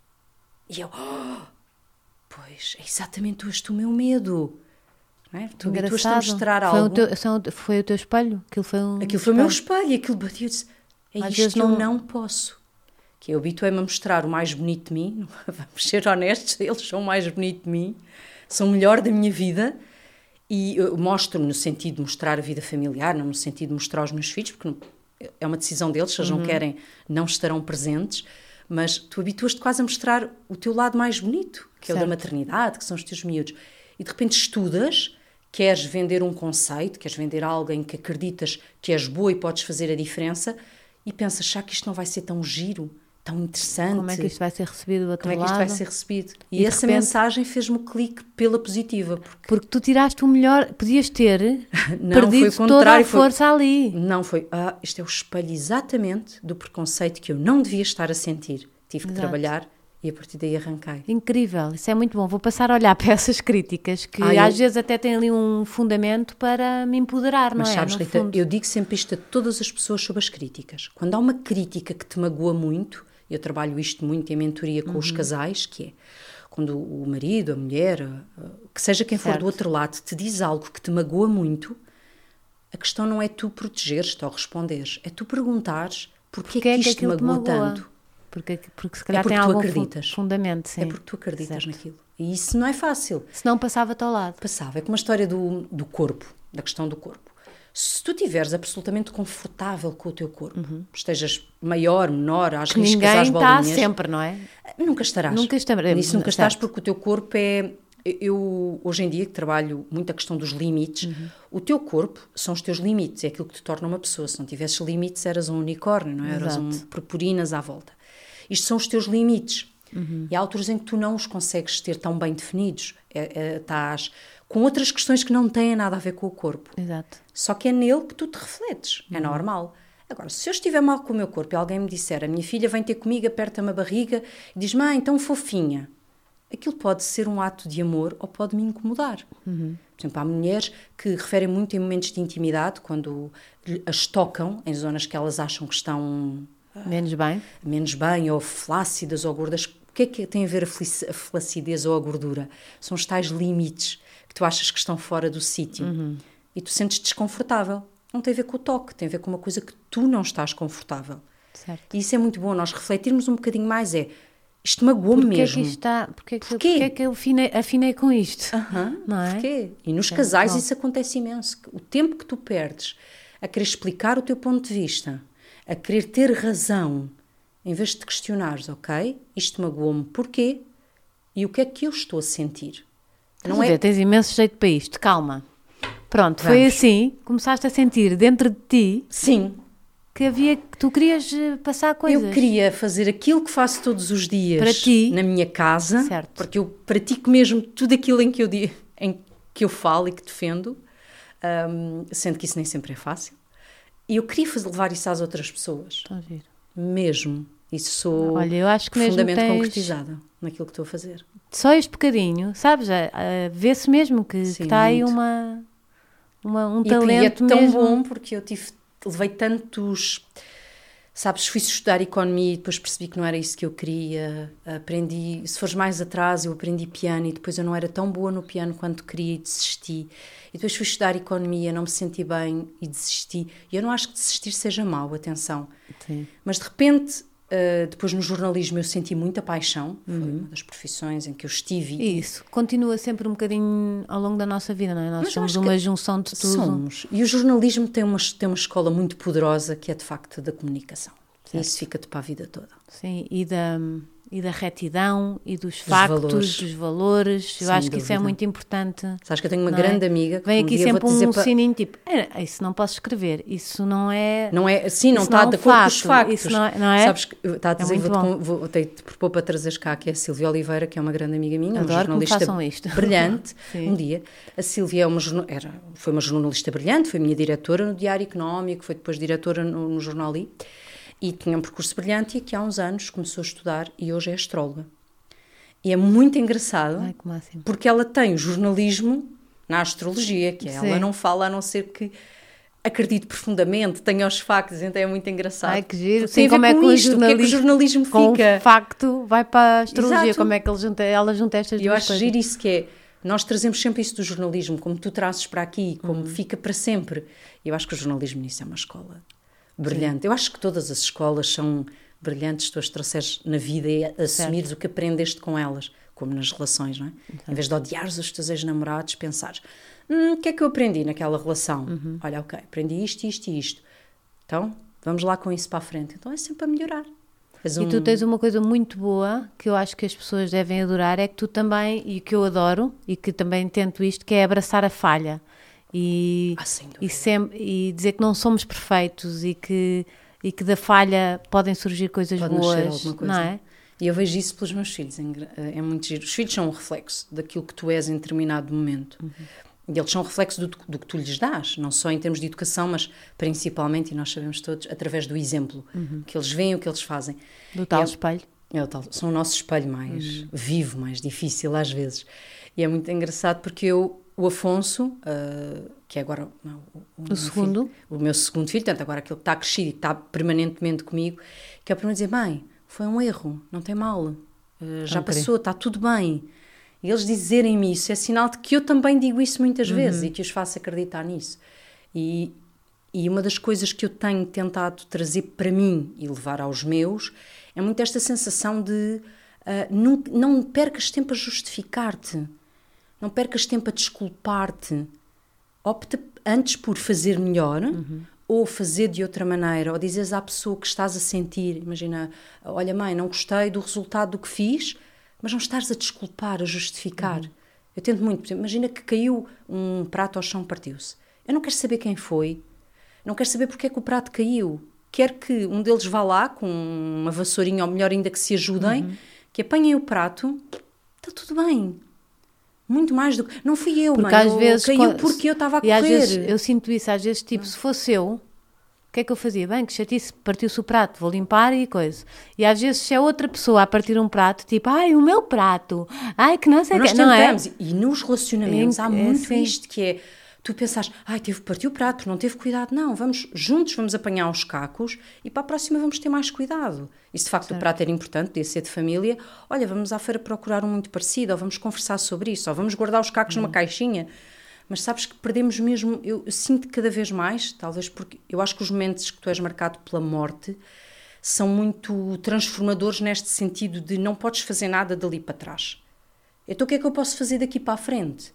Speaker 2: E eu, oh, pois, é exatamente este o meu medo. Não é? Tu habituaste a mostrar
Speaker 1: foi
Speaker 2: algo.
Speaker 1: O teu, foi o teu espelho? Aquilo foi, um
Speaker 2: aquilo foi o meu espelho e aquilo bateu. Eu disse, é Às isto que não... eu não posso. Que eu habituei-me a mostrar o mais bonito de mim, vamos ser honestos, eles são o mais bonito de mim, são o melhor da minha vida, e eu mostro-me no sentido de mostrar a vida familiar, não no sentido de mostrar os meus filhos, porque é uma decisão deles, se eles uhum. não querem, não estarão presentes, mas tu habituas-te quase a mostrar o teu lado mais bonito, que certo. É o da maternidade, que são os teus miúdos, e de repente estudas, queres vender um conceito, queres vender algo em que acreditas que és boa e podes fazer a diferença, e pensas, já que isto não vai ser tão giro, tão interessante.
Speaker 1: Como é que isto vai ser recebido do outro lado?
Speaker 2: Como é que isto vai ser recebido? E, e essa repente, mensagem fez-me o clique pela positiva.
Speaker 1: Porque... porque tu tiraste o melhor, podias ter não, perdido foi toda a força
Speaker 2: foi,
Speaker 1: ali.
Speaker 2: Não, foi, ah, isto é o espelho exatamente do preconceito que eu não devia estar a sentir. Tive que Exato. Trabalhar e a partir daí arranquei.
Speaker 1: Incrível, isso é muito bom. Vou passar a olhar para essas críticas que ah, às eu... vezes até têm ali um fundamento para me empoderar,
Speaker 2: Mas
Speaker 1: não
Speaker 2: sabes,
Speaker 1: é?
Speaker 2: Mas sabes, Rita, eu digo sempre isto a todas as pessoas sobre as críticas. Quando há uma crítica que te magoa muito, eu trabalho isto muito em mentoria com uhum. os casais, que é quando o marido, a mulher, que seja quem certo. For do outro lado, te diz algo que te magoa muito, a questão não é tu protegeres-te ou responderes, é tu perguntares porquê que, é que isto te magoa tanto.
Speaker 1: Porque, porque se calhar
Speaker 2: é porque
Speaker 1: tem
Speaker 2: tu
Speaker 1: algum
Speaker 2: acreditas.
Speaker 1: Fundamento, sim.
Speaker 2: É porque tu acreditas certo. Naquilo. E isso não é fácil.
Speaker 1: Se não passava-te ao lado.
Speaker 2: Passava. É como a história do, do corpo, da questão do corpo. Se tu estiveres absolutamente confortável com o teu corpo, uhum. estejas maior, menor, às
Speaker 1: que
Speaker 2: riscas, às bolinhas...
Speaker 1: Ninguém está sempre, não é?
Speaker 2: Nunca estarás.
Speaker 1: Nunca estarás.
Speaker 2: Nisso nunca estás porque o teu corpo é... Eu, hoje em dia, que trabalho muito a questão dos limites, uhum. o teu corpo são os teus limites, é aquilo que te torna uma pessoa. Se não tivesses limites, eras um unicórnio, não é? Eras um purpurinas à volta. Isto são os teus limites. Uhum. E há alturas em que tu não os consegues ter tão bem definidos. É, é, estás com outras questões que não têm nada a ver com o corpo.
Speaker 1: Exato.
Speaker 2: Só que é nele que tu te refletes. Uhum. É normal. Agora, se eu estiver mal com o meu corpo e alguém me disser, a minha filha vem ter comigo, aperta-me a barriga e diz, mãe, tão fofinha. Aquilo pode ser um ato de amor ou pode me incomodar. Uhum. Por exemplo, há mulheres que referem muito em momentos de intimidade, quando as tocam em zonas que elas acham que estão...
Speaker 1: Menos bem.
Speaker 2: Menos bem, ou flácidas ou gordas. O que é que tem a ver a flacidez ou a gordura? São os tais limites que tu achas que estão fora do sítio. Uhum. e tu sentes desconfortável. Não tem a ver com o toque, tem a ver com uma coisa que tu não estás confortável.
Speaker 1: Certo.
Speaker 2: E isso é muito bom, nós refletirmos um bocadinho mais, é, isto magoou-me
Speaker 1: Porquê
Speaker 2: mesmo.
Speaker 1: É que isto está, porquê é que,
Speaker 2: Porquê?
Speaker 1: Porquê é que eu afinei, afinei com isto?
Speaker 2: Uhum,
Speaker 1: não é?
Speaker 2: Porquê? E nos
Speaker 1: Sim,
Speaker 2: casais
Speaker 1: bom.
Speaker 2: isso acontece imenso. O tempo que tu perdes a querer explicar o teu ponto de vista, a querer ter razão, em vez de te questionares, ok, isto magoou-me, porquê? E o que é que eu estou a sentir?
Speaker 1: Não é? Ver, tens imenso jeito para isto, calma. Pronto, Vamos. Foi assim, começaste a sentir dentro de ti...
Speaker 2: Sim.
Speaker 1: Que havia, que tu querias passar coisas.
Speaker 2: Eu queria fazer aquilo que faço todos os dias
Speaker 1: para ti,
Speaker 2: na minha casa,
Speaker 1: certo.
Speaker 2: Porque eu pratico mesmo tudo aquilo em que eu, em que eu falo e que defendo, um, sendo que isso nem sempre é fácil. E eu queria fazer, levar isso às outras pessoas. Mesmo. Isso sou
Speaker 1: Olha, eu acho que
Speaker 2: profundamente
Speaker 1: mesmo tens...
Speaker 2: concretizada naquilo que estou a fazer.
Speaker 1: Só este bocadinho, sabes? Vê-se mesmo que,
Speaker 2: Sim,
Speaker 1: que está aí
Speaker 2: muito.
Speaker 1: uma, uma, um
Speaker 2: e,
Speaker 1: talento
Speaker 2: e é tão
Speaker 1: mesmo.
Speaker 2: bom porque eu tive... Levei tantos, sabes, fui estudar economia e depois percebi que não era isso que eu queria, aprendi, se fores mais atrás eu aprendi piano e depois eu não era tão boa no piano quanto queria e desisti, e depois fui estudar economia, não me senti bem e desisti, e eu não acho que desistir seja mau, atenção,
Speaker 1: Sim.
Speaker 2: Mas de repente, uh, depois no jornalismo eu senti muita paixão,
Speaker 1: uhum.
Speaker 2: Foi uma das profissões em que eu estive.
Speaker 1: Isso, continua sempre um bocadinho ao longo da nossa vida, não é? Nós Mas somos uma junção de tudo.
Speaker 2: Somos, e o jornalismo tem uma, tem uma escola muito poderosa que é de facto da comunicação, certo. E isso fica-te para a vida toda.
Speaker 1: Sim, e da... e da retidão e dos, dos factos, valores. dos valores.
Speaker 2: Sem
Speaker 1: eu acho
Speaker 2: dúvida.
Speaker 1: Que isso é muito importante.
Speaker 2: Sabes que eu tenho uma grande
Speaker 1: é?
Speaker 2: amiga que
Speaker 1: vem
Speaker 2: um
Speaker 1: aqui
Speaker 2: dia
Speaker 1: sempre
Speaker 2: vou dizer
Speaker 1: um
Speaker 2: pa...
Speaker 1: sininho tipo, ah, isso não posso escrever, isso não é...
Speaker 2: Não é, sim, não
Speaker 1: isso
Speaker 2: está
Speaker 1: não
Speaker 2: de
Speaker 1: é um
Speaker 2: acordo
Speaker 1: facto,
Speaker 2: com os factos.
Speaker 1: Isso não é, não é?
Speaker 2: Sabes que está a dizer,
Speaker 1: é
Speaker 2: vou-te, vou, vou te propor para trazeres cá, que é a Sílvia Oliveira, que é uma grande amiga minha,
Speaker 1: Adoro
Speaker 2: uma jornalista
Speaker 1: que me façam isto.
Speaker 2: brilhante. Um dia, a Sílvia é uma, era, foi uma jornalista brilhante, foi minha diretora no Diário Económico, foi depois diretora no, no Jornal I, e tinha um percurso brilhante e aqui há uns anos começou a estudar e hoje é astróloga. E é muito engraçado,
Speaker 1: Ai, que máximo.
Speaker 2: Porque ela tem o jornalismo na astrologia, que ela
Speaker 1: Sim.
Speaker 2: não fala a não ser que acredite profundamente, tenha os factos, então é muito engraçado.
Speaker 1: Ai, que giro.
Speaker 2: Tem a ver
Speaker 1: como é
Speaker 2: com
Speaker 1: que
Speaker 2: isto, o que é que o jornalismo
Speaker 1: com
Speaker 2: fica.
Speaker 1: O facto vai para a astrologia,
Speaker 2: Exato.
Speaker 1: Como é que ele junta, ela junta estas
Speaker 2: e
Speaker 1: duas
Speaker 2: eu acho
Speaker 1: coisas.
Speaker 2: giro isso que é, nós trazemos sempre isso do jornalismo, como tu trazes para aqui, como uhum. fica para sempre. E eu acho que o jornalismo nisso é uma escola brilhante. Sim. Eu acho que todas as escolas são brilhantes, tu as trouxeres na vida e assumires certo. O que aprendeste com elas, como nas relações, não é? Uhum. Em vez de odiares os teus ex-namorados, pensares, hum, o que é que eu aprendi naquela relação? Uhum. Olha, ok, aprendi isto, isto e isto. Então, vamos lá com isso para a frente. Então é sempre a melhorar.
Speaker 1: Um... E tu tens uma coisa muito boa, que eu acho que as pessoas devem adorar, é que tu também, e que eu adoro, e que também tento isto, que é abraçar a falha. E,
Speaker 2: ah, sem dúvida.
Speaker 1: e, sem, e dizer que não somos perfeitos e que, e que da falha podem surgir coisas
Speaker 2: Pode
Speaker 1: boas,
Speaker 2: alguma coisa.
Speaker 1: não é?
Speaker 2: E eu vejo isso pelos meus filhos, é muito giro. Os filhos são um reflexo daquilo que tu és em determinado momento. Uhum. E eles são um reflexo do, do que tu lhes dás, não só em termos de educação, mas principalmente, e nós sabemos todos, através do exemplo. Uhum. Que eles veem, o que eles fazem.
Speaker 1: Do tal
Speaker 2: é,
Speaker 1: espelho.
Speaker 2: É o tal, são o nosso espelho mais uhum. vivo, mais difícil às vezes. E é muito engraçado porque eu, o Afonso, uh, que é agora não, o, o,
Speaker 1: o segundo,
Speaker 2: filho, o meu segundo filho, tanto agora aquele que está crescido e que está permanentemente comigo, que é para me dizer, mãe, foi um erro, não tem mal, uh, já passou, está tudo bem. E eles dizerem-me isso é sinal de que eu também digo isso muitas uhum. vezes e que os faço acreditar nisso. E, e uma das coisas que eu tenho tentado trazer para mim e levar aos meus é muito esta sensação de uh, não, não percas tempo a justificar-te, não percas tempo a desculpar-te. Opta antes por fazer melhor uhum. ou fazer de outra maneira, ou dizeres à pessoa que estás a sentir, imagina, olha mãe, não gostei do resultado do que fiz, mas não estares a desculpar, a justificar. Uhum. Eu tento muito, por exemplo, imagina que caiu um prato ao chão, partiu-se. Eu não quero saber quem foi, não quero saber porque é que o prato caiu. Quero que um deles vá lá com uma vassourinha, ou melhor ainda que se ajudem, uhum. que apanhem o prato, está tudo bem. Muito mais do que... Não fui eu,
Speaker 1: porque
Speaker 2: mãe,
Speaker 1: às vezes,
Speaker 2: caiu porque eu estava a
Speaker 1: e
Speaker 2: correr.
Speaker 1: Às vezes, eu sinto isso, às vezes, tipo, se fosse eu, o que é que eu fazia? Bem, que chatice, partiu-se o prato, vou limpar e coisa. E às vezes, se é outra pessoa a partir um prato, tipo, ai, o meu prato, ai, que não sei o que, não é?
Speaker 2: E nos relacionamentos
Speaker 1: é,
Speaker 2: há muito
Speaker 1: é,
Speaker 2: isto, que é, tu pensares, ai, teve que partir o prato, não teve cuidado. Não, vamos, juntos vamos apanhar os cacos e para a próxima vamos ter mais cuidado. E se de facto certo. O prato era importante, podia ser de família, olha, vamos à feira procurar um muito parecido, ou vamos conversar sobre isso, ou vamos guardar os cacos hum. numa caixinha. Mas sabes que perdemos mesmo, eu, eu sinto cada vez mais, talvez porque eu acho que os momentos que tu és marcado pela morte são muito transformadores neste sentido de não podes fazer nada dali para trás. Então o que é que eu posso fazer daqui para a frente?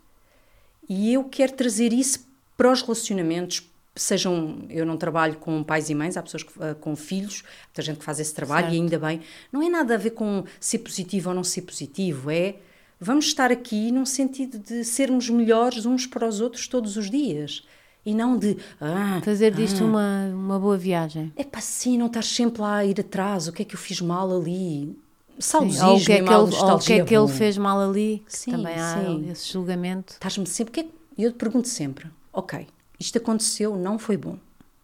Speaker 2: E eu quero trazer isso para os relacionamentos, sejam, eu não trabalho com pais e mães, há pessoas que, com filhos, muita gente que faz esse trabalho, certo. E ainda bem, não é nada a ver com ser positivo ou não ser positivo, é vamos estar aqui num sentido de sermos melhores uns para os outros todos os dias. E não de... Ah,
Speaker 1: fazer disto
Speaker 2: ah,
Speaker 1: uma, uma boa viagem.
Speaker 2: É pá, sim, não estar sempre lá a ir atrás. O que é que eu fiz mal ali? Saudosismo
Speaker 1: ou o que é
Speaker 2: e
Speaker 1: que,
Speaker 2: mal
Speaker 1: ele, ou o que, é que ele fez mal ali. Que
Speaker 2: sim,
Speaker 1: também há
Speaker 2: sim.
Speaker 1: esse julgamento.
Speaker 2: Estás-me sempre... Que é, eu te pergunto sempre. Ok, isto aconteceu, não foi bom.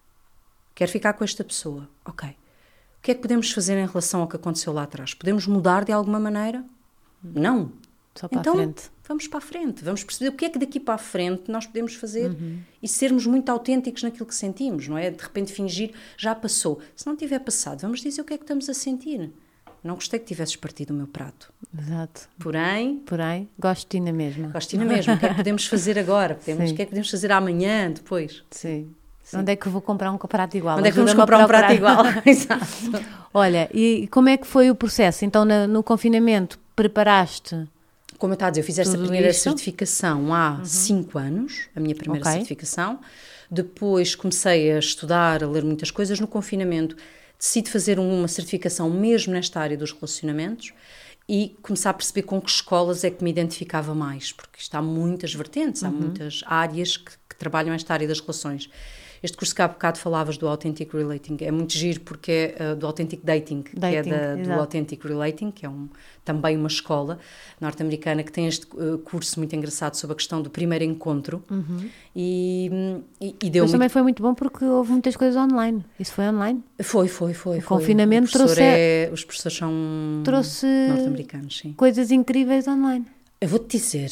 Speaker 2: Quero ficar com esta pessoa. Ok. O que é que podemos fazer em relação ao que aconteceu lá atrás? Podemos mudar de alguma maneira? Não.
Speaker 1: Só para
Speaker 2: então,
Speaker 1: a frente.
Speaker 2: Vamos para a frente, vamos perceber o que é que daqui para a frente nós podemos fazer
Speaker 1: uhum.
Speaker 2: e sermos muito autênticos naquilo que sentimos, não é? De repente fingir, já passou. Se não tiver passado, vamos dizer o que é que estamos a sentir. Não gostei que tivesses partido o meu prato.
Speaker 1: Exato.
Speaker 2: Porém...
Speaker 1: Porém, gosto de ti na mesma.
Speaker 2: Gosto de ti na mesma. O que é que podemos fazer agora? Podemos, o que é que podemos fazer amanhã, depois?
Speaker 1: Sim. Sim. Onde é que eu vou comprar um prato igual?
Speaker 2: Onde é que vamos comprar um prato igual? Exato.
Speaker 1: Olha, e como é que foi o processo? Então, no, no confinamento, preparaste...
Speaker 2: Como eu estava a dizer, eu fiz esta
Speaker 1: Tudo
Speaker 2: primeira
Speaker 1: isto?
Speaker 2: certificação há uhum. cinco anos, a minha primeira okay. certificação. Depois comecei a estudar, a ler muitas coisas. No confinamento decidi fazer uma certificação mesmo nesta área dos relacionamentos e começar a perceber com que escolas é que me identificava mais, porque isto há muitas vertentes, há uhum. muitas áreas que, que trabalham esta área das relações. Este curso que há bocado falavas do Authentic Relating é muito giro porque é uh, do Authentic Dating, Dating, que é da, do Authentic Relating, que é um, também uma escola norte-americana que tem este uh, curso muito engraçado sobre a questão do primeiro encontro uhum. e, e, e deu
Speaker 1: Mas
Speaker 2: muito...
Speaker 1: também foi muito bom porque houve muitas coisas online. Isso foi online?
Speaker 2: Foi, foi, foi.
Speaker 1: O
Speaker 2: foi.
Speaker 1: confinamento
Speaker 2: o
Speaker 1: trouxe...
Speaker 2: É, os professores são
Speaker 1: trouxe
Speaker 2: norte-americanos, sim.
Speaker 1: Coisas incríveis online.
Speaker 2: Eu vou-te dizer,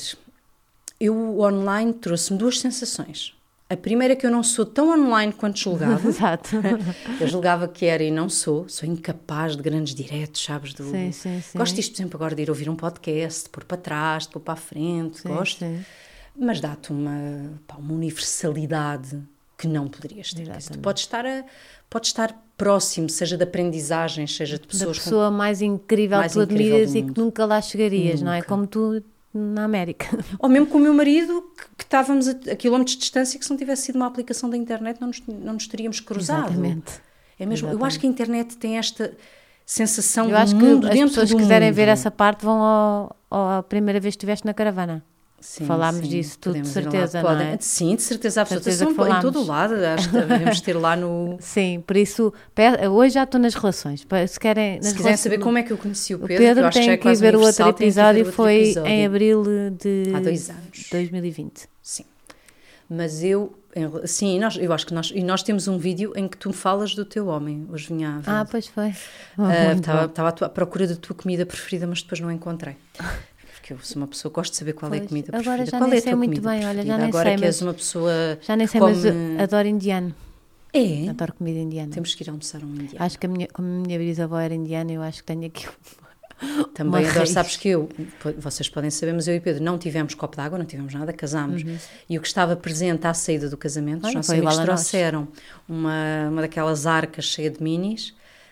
Speaker 2: eu o online trouxe-me duas sensações. A primeira é que eu não sou tão online quanto julgava.
Speaker 1: Exato.
Speaker 2: Eu julgava que era e não sou. Sou incapaz de grandes diretos, sabes? Do...
Speaker 1: Sim, sim, sim.
Speaker 2: Gosto disto, por exemplo, agora de ir ouvir um podcast, de pôr para trás, de pôr para a frente, sim, gosto. Sim. Mas dá-te uma, pá, uma universalidade que não poderias ter. Tu podes estar, a, podes estar próximo, seja de aprendizagem, seja de pessoas...
Speaker 1: Da pessoa com... mais incrível que tu admiras e que nunca lá chegarias,
Speaker 2: nunca.
Speaker 1: Não é? Como tu... na América.
Speaker 2: Ou mesmo com o meu marido, que, que estávamos a, a quilómetros de distância, que se não tivesse sido uma aplicação da internet não nos, não nos teríamos cruzado.
Speaker 1: Exatamente.
Speaker 2: É mesmo, Exatamente. Eu acho que a internet tem esta sensação
Speaker 1: eu acho
Speaker 2: do mundo
Speaker 1: que
Speaker 2: dentro
Speaker 1: as pessoas
Speaker 2: do
Speaker 1: que quiserem
Speaker 2: mundo.
Speaker 1: ver essa parte vão ao, ao, à primeira vez que estiveste na caravana.
Speaker 2: Sim,
Speaker 1: falámos
Speaker 2: sim,
Speaker 1: disso, tudo de certeza,
Speaker 2: lá,
Speaker 1: não é?
Speaker 2: Sim, de certeza absoluta.
Speaker 1: Certeza
Speaker 2: São em todo o lado, acho que devemos ter lá no...
Speaker 1: Sim, por isso, hoje já estou nas relações. Se querem
Speaker 2: se quiserem saber como é que eu conheci o Pedro,
Speaker 1: o Pedro
Speaker 2: eu acho
Speaker 1: tem
Speaker 2: que, é
Speaker 1: que ver o outro episódio,
Speaker 2: outro
Speaker 1: foi
Speaker 2: episódio.
Speaker 1: Em abril de
Speaker 2: há dois anos.
Speaker 1: dois mil e vinte.
Speaker 2: Sim. Mas eu, sim, nós, eu acho que nós, e nós temos um vídeo em que tu me falas do teu homem, hoje vinha a ver.
Speaker 1: Ah, pois foi.
Speaker 2: Estava uh, à procura da tua comida preferida, mas depois não encontrei. Porque eu sou uma pessoa que gosto de saber qual pois, é a comida preferida.
Speaker 1: Agora já
Speaker 2: qual
Speaker 1: nem
Speaker 2: é
Speaker 1: sei muito bem, olha, já nem
Speaker 2: agora
Speaker 1: sei.
Speaker 2: que és uma pessoa
Speaker 1: já nem sei,
Speaker 2: come...
Speaker 1: mas adoro indiano.
Speaker 2: É?
Speaker 1: Adoro comida indiana.
Speaker 2: Temos que ir almoçar um indiano.
Speaker 1: Acho que a minha, como a minha bisavó era indiana, eu acho que tenho aqui
Speaker 2: também adoro, raiz. Sabes que eu, vocês podem saber, mas eu e Pedro não tivemos copo de água, não tivemos nada, casámos. Uhum. E o que estava presente à saída do casamento, os nossos amigos trouxeram uma, uma daquelas arcas cheia de minis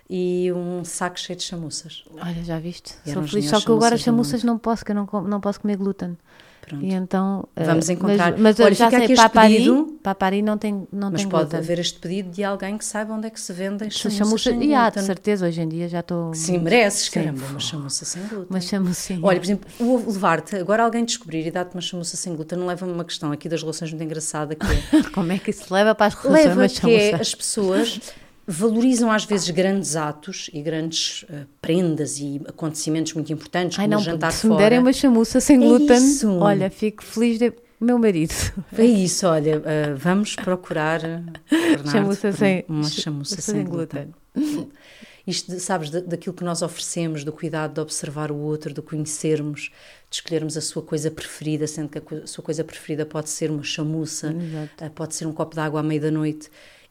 Speaker 2: e um saco cheio de chamuças.
Speaker 1: Olha, já viste? Sou feliz, só que eu agora chamuças não posso, que eu não, não posso comer glúten.
Speaker 2: Pronto.
Speaker 1: E então,
Speaker 2: vamos encontrar.
Speaker 1: Mas, mas
Speaker 2: olha,
Speaker 1: já
Speaker 2: fica
Speaker 1: sei,
Speaker 2: aqui este
Speaker 1: papari,
Speaker 2: pedido.
Speaker 1: Papari não tem, não
Speaker 2: mas
Speaker 1: tem
Speaker 2: pode
Speaker 1: glúten.
Speaker 2: haver este pedido de alguém que saiba onde é que se vendem chamuças,
Speaker 1: chamuças
Speaker 2: sem glúten.
Speaker 1: E há, de certeza, hoje em dia já estou...
Speaker 2: Sim, mereces, caramba, uma chamuça sem glúten.
Speaker 1: Uma chamucinha.
Speaker 2: Olha, por exemplo, o levar-te, agora alguém descobrir e dar-te uma chamuça sem glúten, não leva-me uma questão aqui das relações muito engraçada que é...
Speaker 1: Como é que isso leva para as relações?
Speaker 2: Leva que é, as pessoas... valorizam às vezes grandes atos e grandes uh, prendas e acontecimentos muito importantes,
Speaker 1: Ai,
Speaker 2: como
Speaker 1: não,
Speaker 2: um jantar
Speaker 1: se
Speaker 2: fora.
Speaker 1: me derem uma chamuça sem
Speaker 2: é
Speaker 1: glúten,
Speaker 2: isso.
Speaker 1: Olha, fico feliz de... Meu marido.
Speaker 2: É isso, olha, uh, vamos procurar Bernardo,
Speaker 1: chamuça sem,
Speaker 2: uma chamuça sem, sem glúten. glúten. Isto, sabes, daquilo que nós oferecemos, do cuidado de observar o outro, de conhecermos, de escolhermos a sua coisa preferida, sendo que a sua coisa preferida pode ser uma chamuça, uh, pode ser um copo de água à meia da noite.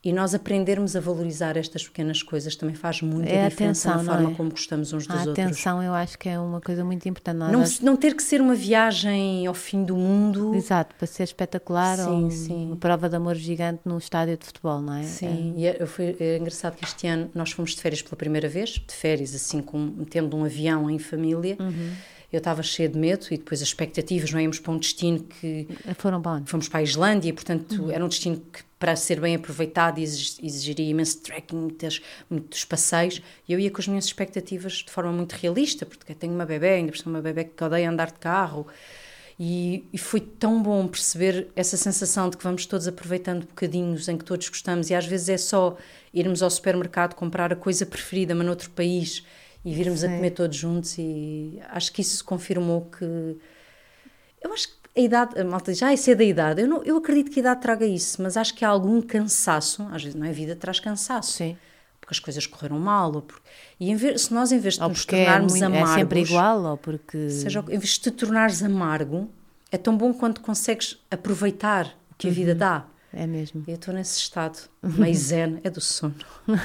Speaker 2: E nós aprendermos a valorizar estas pequenas coisas também faz muita
Speaker 1: É a
Speaker 2: diferença
Speaker 1: atenção,
Speaker 2: na
Speaker 1: não
Speaker 2: forma
Speaker 1: é?
Speaker 2: como gostamos uns dos
Speaker 1: A
Speaker 2: outros.
Speaker 1: atenção eu acho que é uma coisa muito importante. Nós
Speaker 2: Não,
Speaker 1: às-
Speaker 2: não ter que ser uma viagem ao fim do mundo.
Speaker 1: Exato, para ser espetacular,
Speaker 2: Sim,
Speaker 1: ou
Speaker 2: sim.
Speaker 1: uma prova de amor gigante num estádio de futebol, não é?
Speaker 2: Sim, e é, foi, é engraçado que este ano nós fomos de férias pela primeira vez, de férias assim, com, tendo um avião em família.
Speaker 1: Uhum.
Speaker 2: Eu estava cheia de medo e depois as expectativas, não íamos para um destino que...
Speaker 1: É, foram para onde?
Speaker 2: Fomos para a Islândia e, portanto,
Speaker 1: Uhum.
Speaker 2: era um destino que, para ser bem aproveitado, exig- exigiria imenso trekking, muitas, muitos passeios. E eu ia com as minhas expectativas de forma muito realista, porque eu tenho uma bebé, ainda por cima uma bebé que odeia andar de carro. E, e foi tão bom perceber essa sensação de que vamos todos aproveitando bocadinhos em que todos gostamos. E às vezes é só irmos ao supermercado comprar a coisa preferida, mas noutro país, e virmos
Speaker 1: Sim.
Speaker 2: a comer todos juntos. E acho que isso confirmou que... Eu acho que a idade, a malta diz, ah, isso é da idade. Eu, não, eu acredito que a idade traga isso, mas acho que há algum cansaço, às vezes não é, a vida traz cansaço.
Speaker 1: Sim.
Speaker 2: Porque as coisas correram mal, ou porque, e em vez, se nós em vez de
Speaker 1: Ou
Speaker 2: nos
Speaker 1: porque é,
Speaker 2: tornarmos
Speaker 1: muito-
Speaker 2: amargos,
Speaker 1: é sempre igual, ou porque...
Speaker 2: seja, em vez de te tornares amargo, é tão bom quando consegues aproveitar o que a vida dá.
Speaker 1: É mesmo.
Speaker 2: E eu estou nesse estado, meio zen, é do sono.